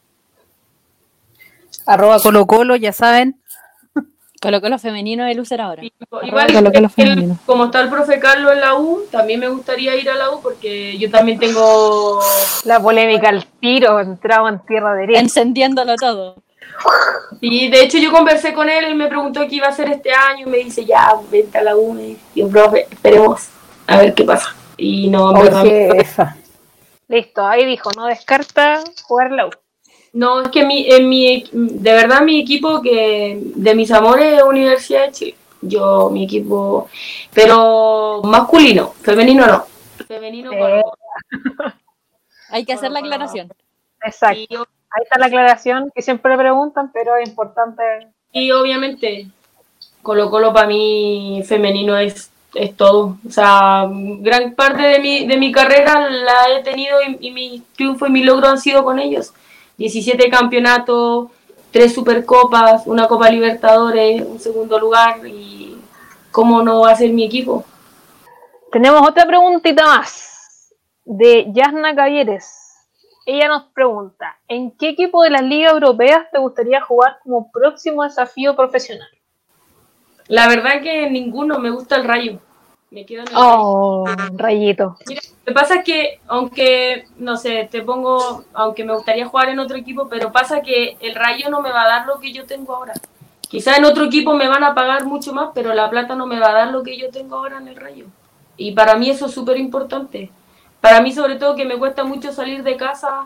@ Colo-Colo, ya saben. Colo-Colo femenino de Lucer ahora. Igual como está el profe Carlos en la U, también me gustaría ir a la U porque yo también tengo... La polémica al tiro, entraba en tierra derecha. Encendiéndolo todo. Sí, de hecho yo conversé con él me preguntó qué iba a hacer este año y me dice, ya, vente a la U. Y yo, profe, esperemos a ver qué pasa. Y no, en verdad, Jefa. Listo, ahí dijo, no descarta jugar la U. no, es que de verdad mi equipo que de mis amores es Universidad de Chile. Mi equipo, pero masculino, femenino no. Femenino Colo-Colo. Hay que hacer la aclaración. Exacto. Ahí está la aclaración que siempre preguntan, pero es importante. Y obviamente Colo-Colo para mí femenino es todo. O sea, gran parte de mi carrera la he tenido y mi triunfo y mi logro han sido con ellos. 17 campeonatos, 3 Supercopas, una Copa Libertadores, un segundo lugar y ¿cómo no va a ser mi equipo? Tenemos otra preguntita más de Yasna Cavieres. Ella nos pregunta, ¿en qué equipo de las ligas europeas te gustaría jugar como próximo desafío profesional? La verdad que ninguno, me gusta el Rayo. Me quedo en el Oh, Rayito. Mira, lo que pasa es que, aunque, no sé, aunque me gustaría jugar en otro equipo, pero pasa que el Rayo no me va a dar lo que yo tengo ahora. Quizá en otro equipo me van a pagar mucho más, pero la plata no me va a dar lo que yo tengo ahora en el Rayo. Y para mí eso es súper importante. Para mí, sobre todo, que me cuesta mucho salir de casa,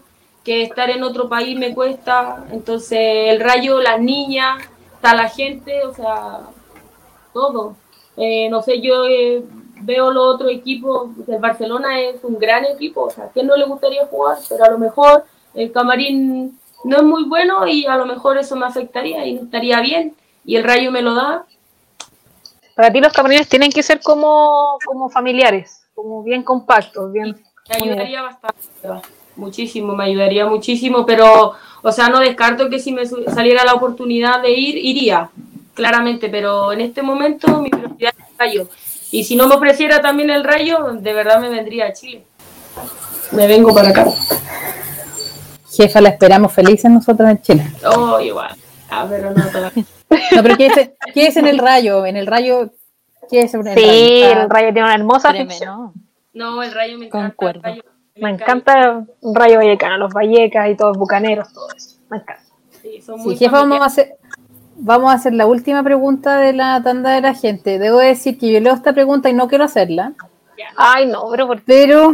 que estar en otro país me cuesta. Entonces el Rayo, las niñas, está la gente, o sea, todo. No sé, yo veo los otros equipos, el Barcelona es un gran equipo, o sea, ¿a quién no le gustaría jugar? Pero a lo mejor el camarín no es muy bueno y a lo mejor eso me afectaría y no estaría bien, y el Rayo me lo da. Para ti los camarines tienen que ser como familiares, como bien compactos, bien... Me ayudaría bastante, muchísimo, me ayudaría muchísimo, pero, o sea, no descarto que si me saliera la oportunidad de ir, iría, claramente, pero en este momento mi prioridad es el Rayo. Y si no me ofreciera también el Rayo, de verdad me vendría a Chile. Me vengo para acá. Jefa, la esperamos felices nosotros en Chile. Oh, igual. Pero no todavía. No, pero ¿qué es en el Rayo? En el Rayo, ¿qué es en el Rayo? Sí, el Rayo tiene una hermosa afición. No, el Rayo me encanta. Concuerdo. El Rayo, Me encanta un Rayo Vallecano, los Vallecas y todos los bucaneros, todo eso. Me encanta. Sí, son muy Jefa, vamos a hacer la última pregunta de la tanda de la gente. Debo decir que yo leo esta pregunta y no quiero hacerla. Ay, no, pero ¿por qué? Pero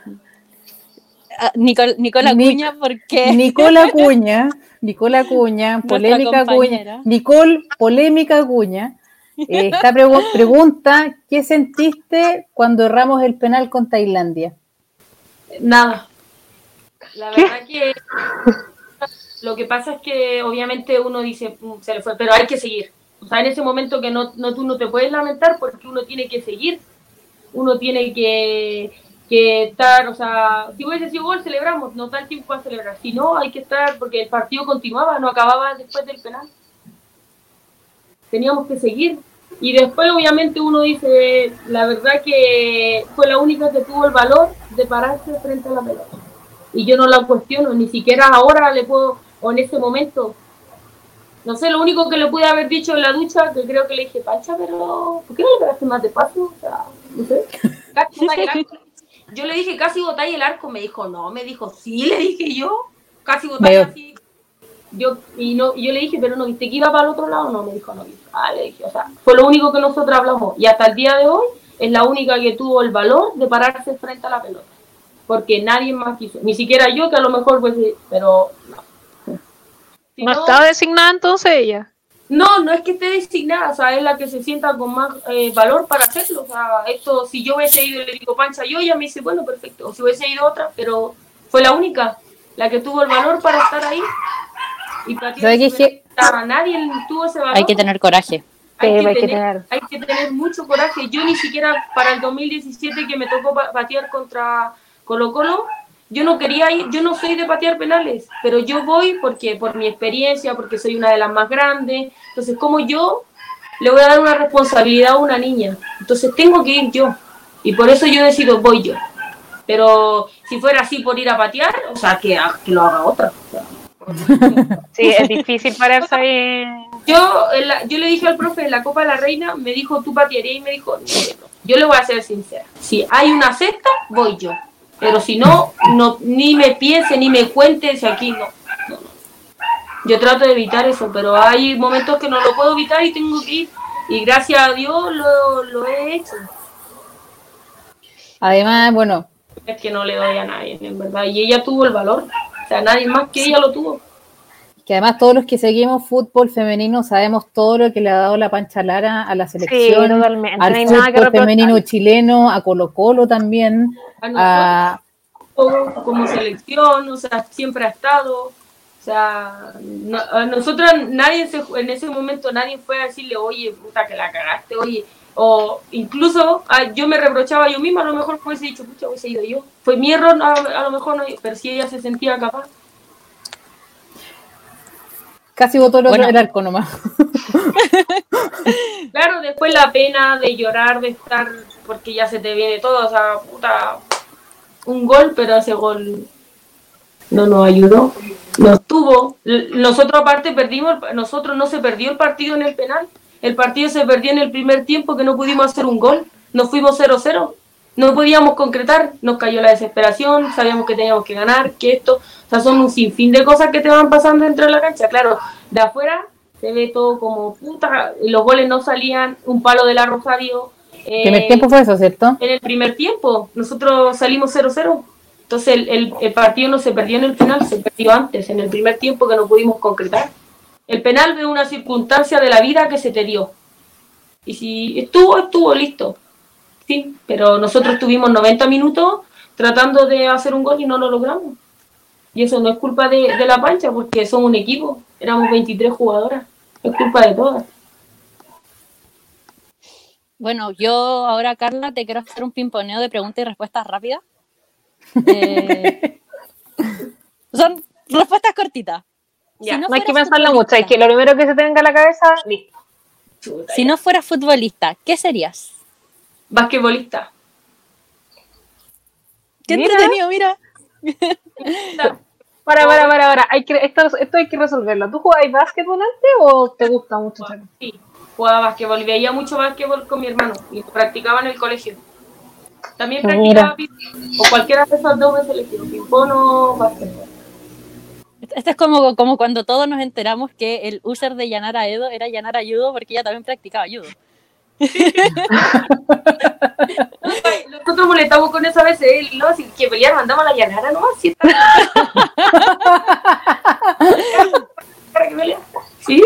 Nicola Cuña, ¿por qué? Nicola Cuña, polémica Cuña, Nicole, polémica Cuña, esta pregunta, ¿qué sentiste cuando erramos el penal con Tailandia? Nada. La verdad que lo que pasa es que obviamente uno dice, se le fue, pero hay que seguir. O sea, en ese momento que tú no te puedes lamentar porque uno tiene que seguir. Uno tiene que estar, o sea, si hubiese sido gol, celebramos, no da el tiempo para celebrar. Si no, hay que estar, porque el partido continuaba, no acababa después del penal. Teníamos que seguir. Y después, obviamente, uno dice, la verdad que fue la única que tuvo el valor de pararse frente a la pelota. Y yo no la cuestiono, ni siquiera ahora le puedo, o en ese momento. No sé, lo único que le pude haber dicho en la ducha, que creo que le dije, Pancha, pero ¿por qué no le pegaste más despacio? O sea, no sé. Yo le dije, casi botáis el arco. Me dijo, no. Me dijo, sí, le dije yo. Casi botáis así. Yo le dije, pero no viste que iba para el otro lado. No, me dijo, no. Le dije, o sea, fue lo único que nosotros hablamos. Y hasta el día de hoy es la única que tuvo el valor de pararse frente a la pelota. Porque nadie más quiso. Ni siquiera yo, que a lo mejor, pues, pero no. Si ¿No estaba designada entonces ella? No es que esté designada, o sea, es la que se sienta con más valor para hacerlo. O sea, esto, si yo hubiese ido y le digo Pancha, ella me dice, bueno, perfecto. O si hubiese ido otra, pero fue la única, la que tuvo el valor para estar ahí. Y para ti, nadie tuvo ese valor. Hay que tener coraje. Hay que tener mucho coraje. Yo ni siquiera para el 2017 que me tocó patear contra Colo-Colo, yo no quería ir, yo no soy de patear penales, pero yo voy porque por mi experiencia, porque soy una de las más grandes. Entonces, como yo le voy a dar una responsabilidad a una niña, entonces tengo que ir yo. Y por eso yo decido, voy yo. Pero si fuera así por ir a patear, o sea, que lo haga otra. O sea, sí, es difícil pararse ahí. Yo le dije al profe en la Copa de la Reina, me dijo, ¿tú patearías? Y me dijo, no, yo le voy a ser sincera. Si hay una cesta, voy yo. Pero si no, ni me piense, ni me cuente, si aquí no. Yo trato de evitar eso, pero hay momentos que no lo puedo evitar y tengo que ir. Y gracias a Dios lo he hecho. Además, bueno. Es que no le doy a nadie, en verdad. Y ella tuvo el valor. O sea, nadie más que ella lo tuvo. Que además todos los que seguimos fútbol femenino sabemos todo lo que le ha dado la Pancha Lara a la selección, sí, totalmente. al fútbol femenino chileno, a Colo-Colo también. Como selección, o sea, siempre ha estado. O sea, a nosotros en ese momento nadie fue a decirle, oye, puta, que la cagaste, oye. O incluso yo me reprochaba yo misma, a lo mejor hubiese dicho, pucha, hubiese ido yo. Fue mi error, a lo mejor no, pero si ella se sentía capaz. Casi botó el arco nomás. Claro, después la pena de llorar, de estar, porque ya se te viene todo, o sea, puta, un gol, pero ese gol no nos ayudó. Nosotros aparte nosotros no se perdió el partido en el penal. El partido se perdió en el primer tiempo que no pudimos hacer un gol. Nos fuimos 0-0. No podíamos concretar. Nos cayó la desesperación. Sabíamos que teníamos que ganar, que esto. O sea, son un sinfín de cosas que te van pasando dentro de la cancha. Claro, de afuera se ve todo como puta. Los goles no salían. Un palo de la Rosario. ¿Primer tiempo fue eso, cierto? En el primer tiempo. Nosotros salimos 0-0. Entonces el partido no se perdió en el final, se perdió antes, en el primer tiempo que no pudimos concretar. El penal es una circunstancia de la vida que se te dio. Y si estuvo listo. Sí, pero nosotros tuvimos 90 minutos tratando de hacer un gol y no lo logramos. Y eso no es culpa de la Pancha, porque somos un equipo, éramos 23 jugadoras, es culpa de todas. Bueno, yo ahora, Carla, te quiero hacer un pimponeo de preguntas y respuestas rápidas. Son respuestas cortitas. Ya, No hay que fueras pensarlo mucho, es futbolista- que lo primero que se te venga a la cabeza, listo. Si no fueras futbolista, ¿qué serías? Basquetbolista. Qué Mira. entretenido, mira. Para. Esto hay que resolverlo. ¿Tú jugabas básquetbol antes o te gusta mucho? Sí, jugaba básquetbol y veía mucho básquetbol con mi hermano y lo practicaba en el colegio. También practicaba ping-pong, o cualquiera de esas dos veces elegí ping-pong o básquetbol. Este es como cuando todos nos enteramos que el user de Yanara Edo era Yanara Judo porque ella también practicaba judo. Nosotros molestamos con eso a veces, él, ¿no? Si que pelear mandamos a la Yanara, ¿no? Así está. Para que pelea. ¿Sí?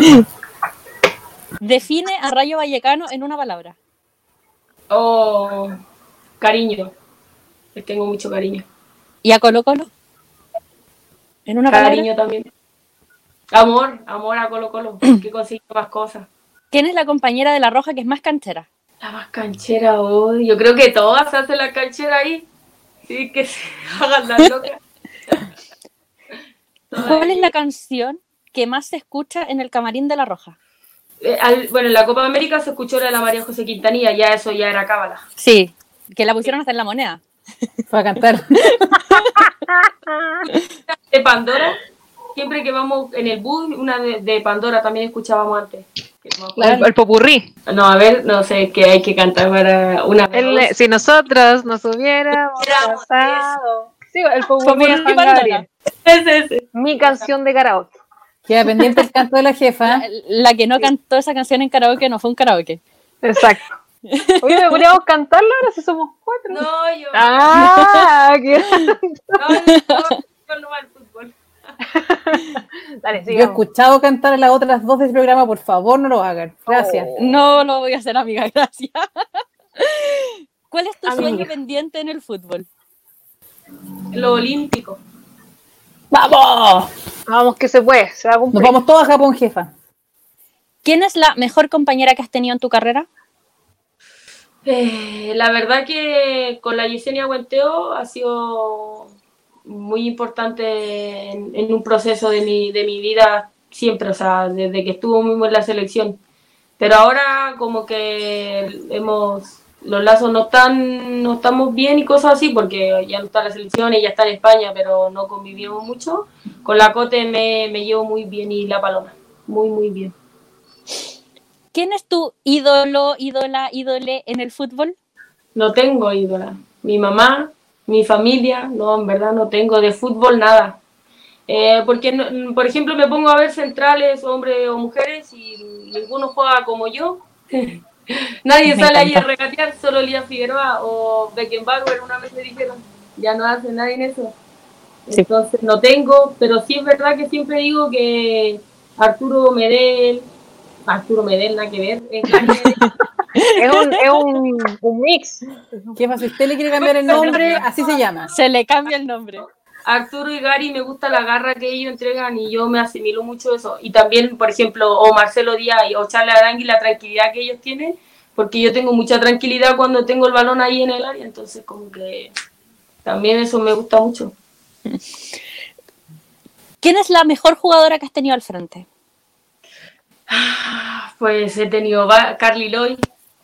Define a Rayo Vallecano en una palabra. Oh, cariño. Les tengo mucho cariño. ¿Y a Colo Colo? En una Cariño palabra. también. Amor a Colo Colo, que consigue más cosas. ¿Quién es la compañera de la Roja que es más canchera? La más canchera hoy. Yo creo que todas hacen la canchera ahí. Sí, que se hagan las locas. ¿Cuál es la canción que más se escucha en el camarín de la Roja? Bueno, en la Copa América se escuchó la de la María José Quintanilla, ya eso ya era cábala. Sí, que la pusieron hasta en la moneda. Fue a cantar. De Pandora, siempre que vamos en el bus, una de Pandora también escuchábamos antes. El popurrí. No, a ver, no sé, que hay que cantar para una vez. Si nosotros nos hubiéramos casado. Sí, el popurrí de Juan Gabriel. Ese. Mi canción de karaoke. Queda pendiente el canto de la jefa. La que no cantó esa canción en karaoke no fue un karaoke. Exacto. Oye, deberíamos cantarla ahora si somos 4. No, yo. No va al fútbol. Dale, Yo he sigamos. escuchado cantar a las otras dos del programa, por favor no lo hagan. Gracias. No lo voy a hacer, amiga, gracias. ¿Cuál es tu Amiga. sueño pendiente en el fútbol? Lo olímpico. ¡Vamos! Vamos que se puede, se va a Nos cumplir. vamos todos a Japón, jefa. ¿Quién es la mejor compañera que has tenido en tu carrera? La verdad que con la Yesenia Huenteo ha sido muy importante en un proceso de mi vida siempre, o sea, desde que estuvo mismo en la selección. Pero ahora como que los lazos no estamos bien y cosas así, porque ya no está la selección, ella está en España, pero no convivimos mucho. Con la Cote me llevo muy bien y la Paloma, muy, muy bien. ¿Quién es tu ídolo, ídola, ídole en el fútbol? No tengo ídola. Mi mamá, mi familia, no, en verdad no tengo de fútbol nada. Porque, por ejemplo, me pongo a ver centrales, hombres o mujeres, y ninguno juega como yo. Nadie Me sale ahí a encanta. regatear, solo Elías Figueroa o Beckenbauer una vez me dijeron. Ya no hace nadie en eso. Sí. Entonces no tengo, pero sí es verdad que siempre digo que Arturo Medel, nada que ver, Es un mix. Jefa, si usted le quiere cambiar el nombre, así se llama. Se le cambia el nombre. Arturo y Gary me gusta la garra que ellos entregan y yo me asimilo mucho eso. Y también, por ejemplo, o Marcelo Díaz o Charles Arangui, la tranquilidad que ellos tienen, porque yo tengo mucha tranquilidad cuando tengo el balón ahí en el área, entonces como que también eso me gusta mucho. ¿Quién es la mejor jugadora que has tenido al frente? Pues he tenido Carly Lloyd,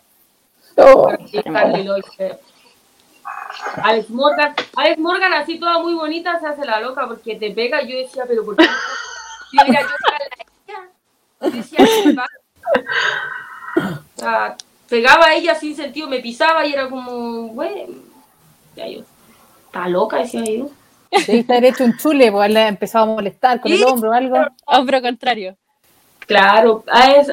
Carly Lloyd, Alex Morgan así toda muy bonita se hace la loca porque te pega. Yo decía, pero ¿por qué? Yo, mira, yo era la ella. Decía, ¿qué me pasa? O sea, pegaba a ella sin sentido, me pisaba y era como, güey, ya yo, está loca, decía yo. Debiste haber hecho un chule, pues le empezado a molestar con el hombro o algo. Hombro contrario. Claro,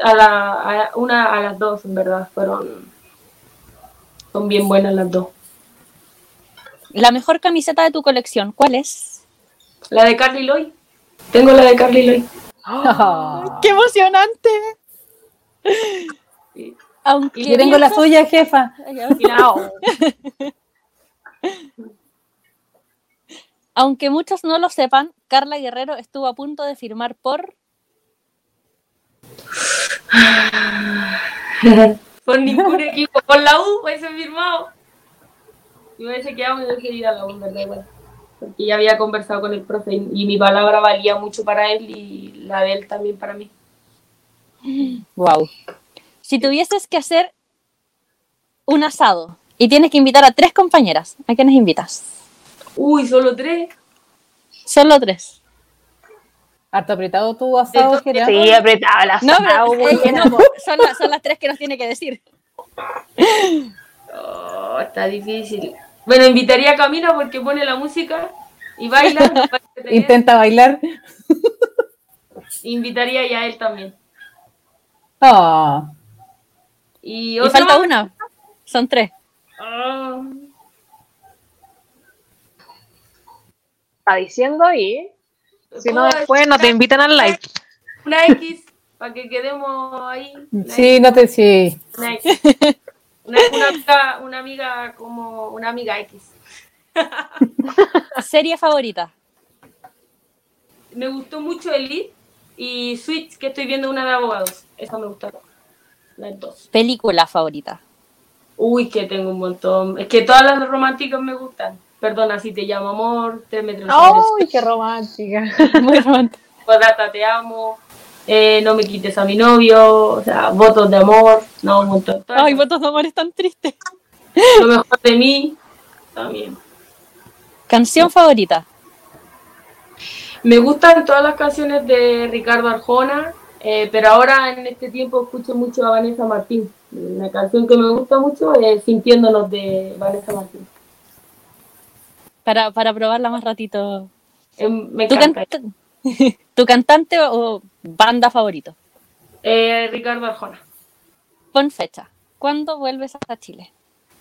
a las dos, en verdad, son bien buenas las dos. La mejor camiseta de tu colección, ¿cuál es? La de Carly Lloyd. Tengo la de Carly Lloyd. ¡Qué emocionante! Sí. Aunque Yo tengo la suya, jefa. No. Aunque muchos no lo sepan, Carla Guerrero estuvo a punto de firmar por... Por ningún equipo. Por la U hubiese firmado. Si me hubiese quedado, me hubiese ido a la U, ¿verdad? Igual. Porque ya había conversado con el profe y mi palabra valía mucho para él y la de él también para mí. Wow. Si tuvieses que hacer un asado y tienes que invitar a 3 compañeras, ¿a quiénes invitas? Uy, solo 3. Solo 3. Harto apretado tu asado, Entonces, Jera. Sí, apretaba la No, pero buena. no, son las 3 que nos tiene que decir. Oh, está difícil. Bueno, invitaría a Camila porque pone la música y baila. nos va a entretener. Intenta bailar. Invitaría ya a él también. Ah, Y Y otro falta más. una. Son 3. Ah, Está diciendo y si no ¿puedo después no te decir invitan al live. una X para que quedemos ahí. Una sí, X, no te... Sí. una X. Una amiga como una amiga X. Serie favorita. Me gustó mucho Elite y Switch, que estoy viendo una de abogados. Esa me gustaron. Las 2. Película favorita. Uy, que tengo un montón. Es que todas las románticas me gustan. Perdona si te llamo amor, 3 metros sobre ¡Ay, qué romántica! Muy romántica. Data, te amo. No me quites a mi novio. O sea, votos de amor. No, un montón. Todas Ay, esas. votos de amor es tan triste. Lo mejor de mí. También. Canción favorita. Me gustan todas las canciones de Ricardo Arjona, pero ahora en este tiempo escucho mucho a Vanessa Martín. Una canción que me gusta mucho es Sintiéndonos de Vanessa Martín. Para probarla más ratito. Me ¿Tu, encanta. ¿Tu cantante o banda favorito? Ricardo Arjona. Pon fecha. ¿Cuándo vuelves a Chile?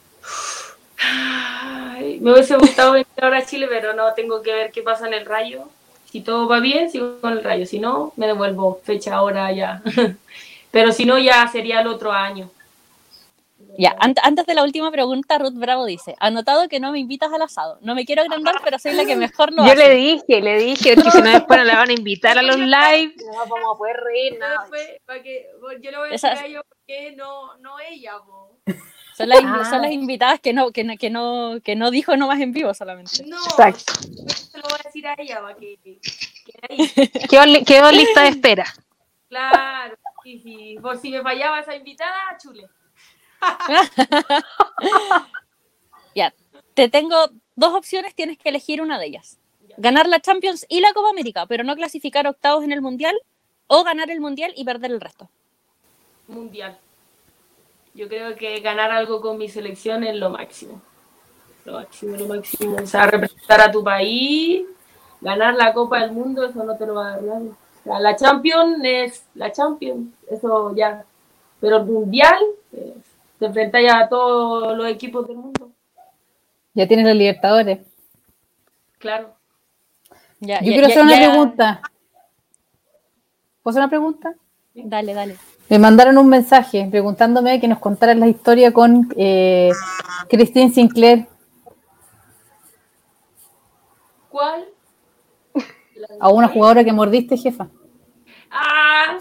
Ay, me hubiese gustado venir ahora a Chile, pero no, tengo que ver qué pasa en el Rayo. Si todo va bien, sigo con el Rayo. Si no, me devuelvo fecha ahora ya. Pero si no, ya sería el otro año. Ya, antes de la última pregunta, Ruth Bravo dice: anotado que no me invitas al asado. No me quiero agrandar, pero soy la que mejor lo Yo hace. le dije, porque si no después no la van a invitar a los live. No vamos a poder reír nada. Yo le voy a Esa- decir a ella porque no ella. Son las invitadas que no dijo nomás en vivo solamente. No, Exacto. se lo voy a decir a ella para que ahí. Quedó lista de espera. Claro, sí. Por si me fallaba esa invitada, chule. Ya, te tengo 2 opciones, tienes que elegir una de ellas. Ganar la Champions y la Copa América, pero no clasificar octavos en el Mundial, o ganar el Mundial y perder el resto. Mundial. Yo creo que ganar algo con mi selección es lo máximo. Lo máximo. O sea, representar a tu país, ganar la Copa del Mundo, eso no te lo va a dar nadie. O sea, la Champions es la Champions, eso ya. Pero el Mundial, te enfrentas ya a todos los equipos del mundo. Ya tienes los Libertadores. Claro. Ya, Yo quiero hacer una pregunta. ¿Puedo hacer una pregunta? Dale. Me mandaron un mensaje preguntándome que nos contaran la historia con Christine Sinclair. ¿Cuál? A una jugadora que mordiste, jefa. ¡Ah!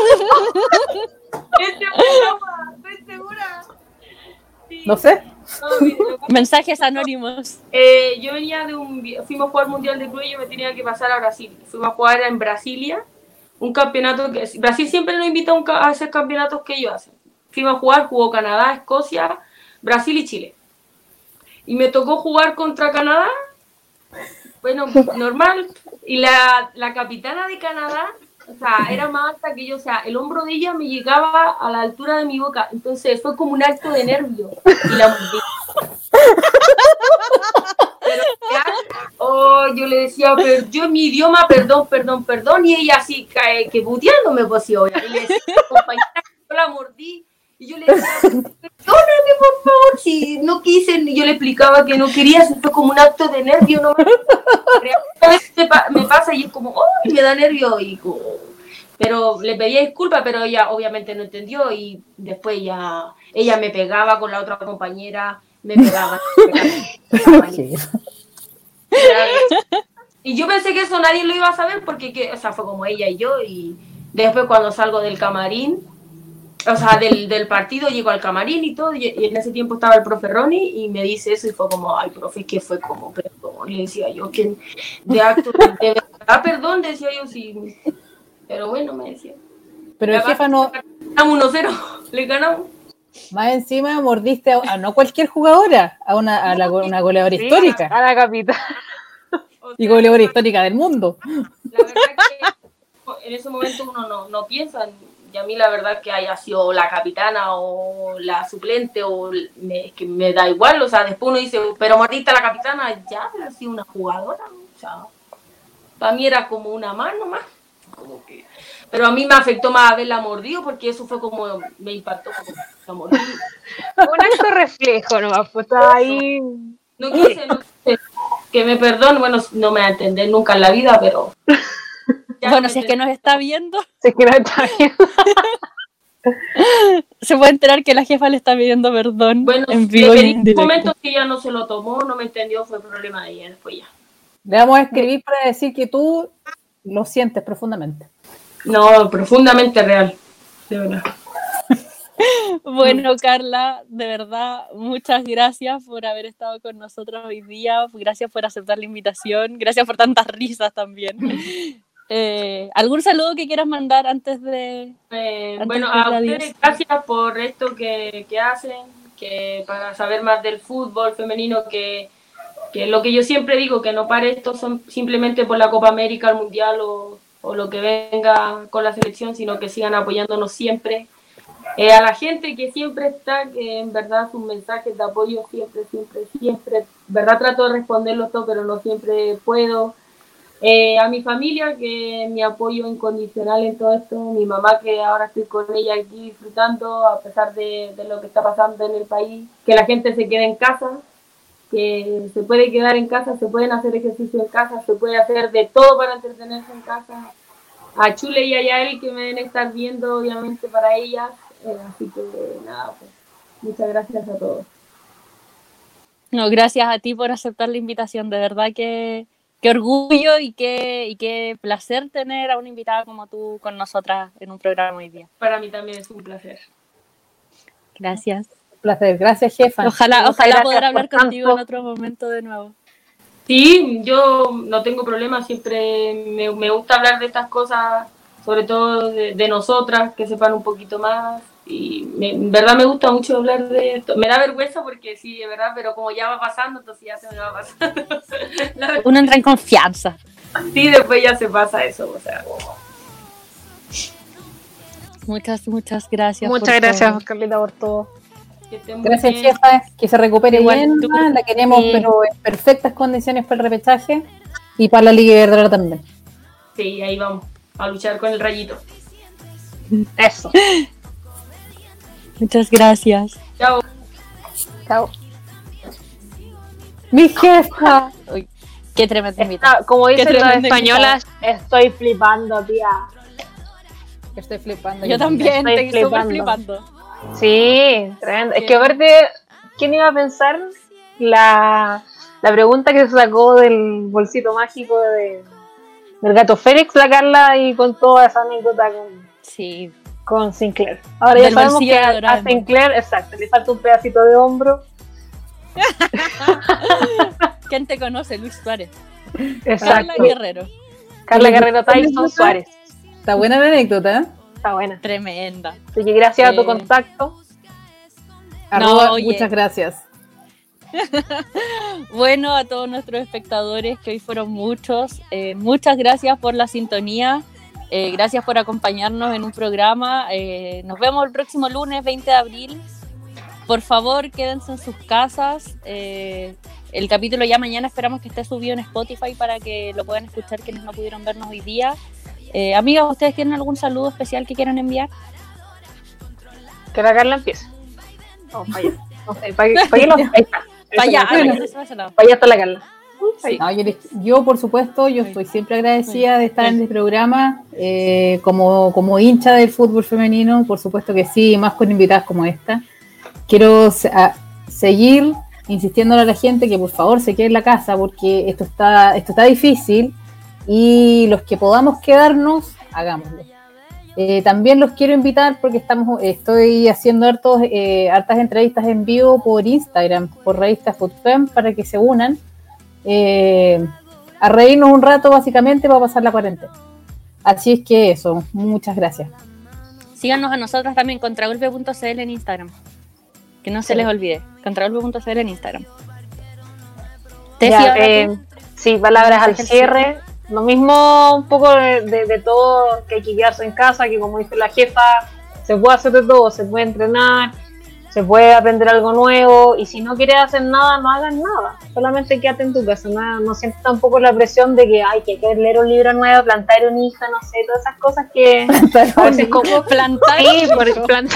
¿Estoy segura? Sí. No sé. No, mire, Mensajes anónimos. yo venía fuimos a jugar Mundial de Club y yo me tenía que pasar a Brasil. Fuimos a jugar en Brasilia, un campeonato que Brasil siempre nos invita a hacer campeonatos que ellos hacen. Fuimos a jugar, jugó Canadá, Escocia, Brasil y Chile. Y me tocó jugar contra Canadá, bueno, normal. Y la capitana de Canadá, o sea, era más alta que yo, o sea, el hombro de ella me llegaba a la altura de mi boca. Entonces fue como un acto de nervio. Y la mordí. Pero yo le decía, pero yo en mi idioma, perdón, y ella así que puteándome, pues sí, obvio. Y le decía, compañera, yo la mordí, Y yo le decía, perdóname, por favor, si no quise. Y yo le explicaba que no quería, si fue como un acto de nervio. No me pasa y es como, ¡ay! Me da nervio. Pero le pedía disculpas, pero ella obviamente no entendió. Y después ella me pegaba con la otra compañera, me pegaba. Y yo pensé que eso nadie lo iba a saber porque, o sea, fue como ella y yo. Y después cuando salgo del camarín, o sea, del partido, llego al camarín y todo, y en ese tiempo estaba el profe Ronnie y me dice eso y fue como, ay, profe, que fue como, perdón, le decía yo, que de acto, de verdad, perdón, decía yo, sí, pero bueno, me decía. Pero el jefa no... Ganamos 1-0, le ganamos. Más encima mordiste a no cualquier jugadora, a una goleadora histórica. A la capitana. O sea, Y goleadora histórica del mundo. La verdad que en ese momento uno no piensa, y a mí la verdad que haya sido la capitana o la suplente o que me da igual, o sea, después uno dice, pero mordiste a la capitana, ya, pero ha sido una jugadora, o sea, para mí era como una mano más, como que, pero a mí me afectó más haberla mordido porque eso fue como, me impactó como la mordí. Un acto reflejo nomás, pues estaba ahí. No quise, que me perdone, bueno, no me va a entender nunca en la vida, pero... Bueno, si es que nos está viendo, Si es que no está bien. se puede enterar que la jefa le está pidiendo perdón Bueno, en vivo le y pedí en un directo. momento que ella no se lo tomó, no me entendió, fue problema de ella, después ya. Le vamos a escribir para decir que tú lo sientes profundamente. No, profundamente real, de verdad. Bueno, Carla, de verdad, muchas gracias por haber estado con nosotros hoy día, gracias por aceptar la invitación, gracias por tantas risas también. ¿Algún saludo que quieras mandar antes de...? Bueno, a ustedes gracias por esto que hacen, que para saber más del fútbol femenino, que lo que yo siempre digo, que no pare esto son simplemente por la Copa América, el Mundial o lo que venga con la selección, sino que sigan apoyándonos siempre. A la gente que siempre está, que en verdad sus mensajes de apoyo siempre, verdad trato de responderlos todos, pero no siempre puedo. A mi familia, que mi apoyo incondicional en todo esto, mi mamá, que ahora estoy con ella aquí disfrutando a pesar de lo que está pasando en el país, que la gente se quede en casa, que se puede quedar en casa, se pueden hacer ejercicio en casa, se puede hacer de todo para entretenerse en casa. A Chule y a Yael, que me deben estar viendo, obviamente, para ellas. Así que nada, pues muchas gracias a todos. No, gracias a ti por aceptar la invitación, de verdad que qué orgullo y qué placer tener a una invitada como tú con nosotras en un programa hoy día. Para mí también es un placer. Gracias. Un placer, gracias jefa. Ojalá poder hablar por contigo tanto. en otro momento de nuevo. Sí, yo no tengo problema, siempre me gusta hablar de estas cosas, sobre todo de nosotras, que sepan un poquito más. Y en verdad me gusta mucho hablar de esto. Me da vergüenza porque sí, de verdad, pero como ya va pasando, entonces ya se me va pasando. Uno entra en confianza. Sí, después ya se pasa eso, o sea. Muchas gracias. Muchas por gracias, todo. Carlita, por todo. Que estén muy Gracias bien. jefa, que se recupere Igual bien, tú. la queremos Sí. pero en perfectas condiciones para el repechaje y para la Liga Iberdrola también. Sí, ahí vamos, a luchar con el rayito. Eso. Muchas gracias. Chao. Chao. Mi jefa. Uy, qué tremenda invitada. Como dicen las tremenda españolas, estoy flipando, tía. Estoy flipando. Yo también, estoy estoy súper flipando. flipando. Sí, tremendo. Es que aparte, ¿quién iba a pensar la pregunta que se sacó del bolsito mágico del gato Félix, la Carla, y con toda esa anécdota Sí. con Sinclair? Ahora ya Del sabemos bolsillo que de a Doraemon. Sinclair, exacto, le falta un pedacito de hombro. ¿Quién te conoce? Luis Suárez. Exacto. Carla Guerrero. Carla Guerrero Tyson Suárez. Está buena la anécdota, ¿eh? Está buena. Tremenda. Así que gracias a tu Sí. contacto. Arroba, oye. muchas gracias. Bueno, a todos nuestros espectadores, que hoy fueron muchos, muchas gracias por la sintonía, gracias por acompañarnos en un programa. Nos vemos el próximo lunes 20 de abril. Por favor, quédense en sus casas. El capítulo ya mañana esperamos que esté subido en Spotify para que lo puedan escuchar quienes no pudieron vernos hoy día. Amigas, ¿ustedes tienen algún saludo especial que quieran enviar? Que la Carla empiece. No, para allá. No sé, para qué no. Ahí está. Para allá, Para allá está la Carla. No, yo, por supuesto, yo estoy siempre agradecida de estar en el programa, como hincha del fútbol femenino, por supuesto que sí, más con invitadas como esta. Quiero seguir insistiéndole a la gente que por favor se quede en la casa, porque esto está difícil, y los que podamos quedarnos, hagámoslo. También los quiero invitar porque estoy haciendo hartas entrevistas en vivo por Instagram, por Revista FootFem, para que se unan. A reírnos un rato básicamente para pasar la cuarentena. Así es que eso, muchas gracias. Síganos a nosotros también, contragolpe.cl en Instagram, que no se les olvide, contragolpe.cl en Instagram. Sí, palabras al cierre. Lo mismo un poco de todo, que hay que quedarse en casa, que como dice la jefa, se puede hacer de todo, se puede entrenar, se puede aprender algo nuevo, y si no quieres hacer nada, no hagas nada, solamente quédate en tu casa, no sientes tampoco la presión de que hay que leer un libro nuevo, plantar un hijo, no sé, todas esas cosas que a veces como plantar. Sí, por plantar.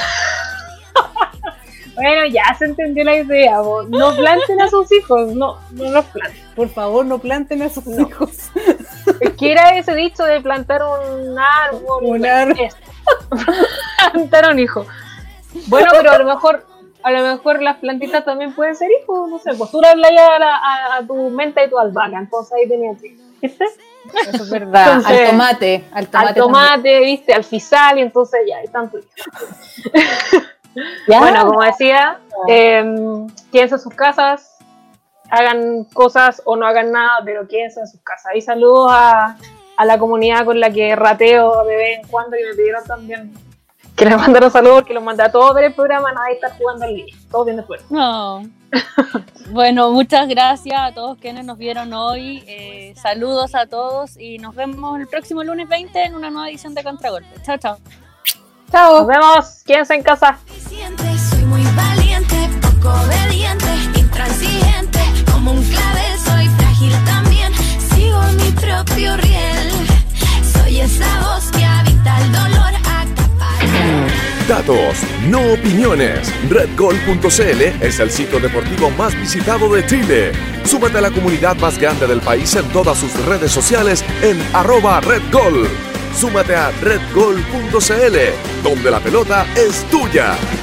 Bueno, ya se entendió la idea, vos. No planten a sus hijos, no los planten. Por favor, no planten a sus hijos. ¿Qué era ese dicho de plantar un árbol? Plantar un hijo. Bueno, pero a lo mejor las plantitas también pueden ser hijos, no sé, pues tú le hablas a tu menta y tu albahaca, entonces ahí tenías hijos. ¿Viste? Eso es verdad. Entonces, al tomate, ¿viste? Al fisal, y entonces ya, ahí están tus hijos. Bueno, como decía, quédense en sus casas, hagan cosas o no hagan nada, pero quédense en sus casas. Y saludos a la comunidad con la que rateo de vez en cuando, y me pidieron también que les mandaron saludos, que los mandé a todos ver el programa, nadie está jugando en línea, todos bien de fuera. No. Bueno, muchas gracias a todos quienes nos vieron hoy, saludos a todos y nos vemos el próximo lunes 20 en una nueva edición de Contragolpe. Chao, chao. Chao. Nos vemos, quédense en casa. Soy muy valiente, poco obediente, intransigente, como un clavel, soy frágil también, sigo mi propio riel, soy esa voz que habita el dolor, acapara. Datos, no opiniones. RedGol.cl es el sitio deportivo más visitado de Chile. Súmate a la comunidad más grande del país en todas sus redes sociales en @RedGol. Súmate a RedGol.cl, donde la pelota es tuya.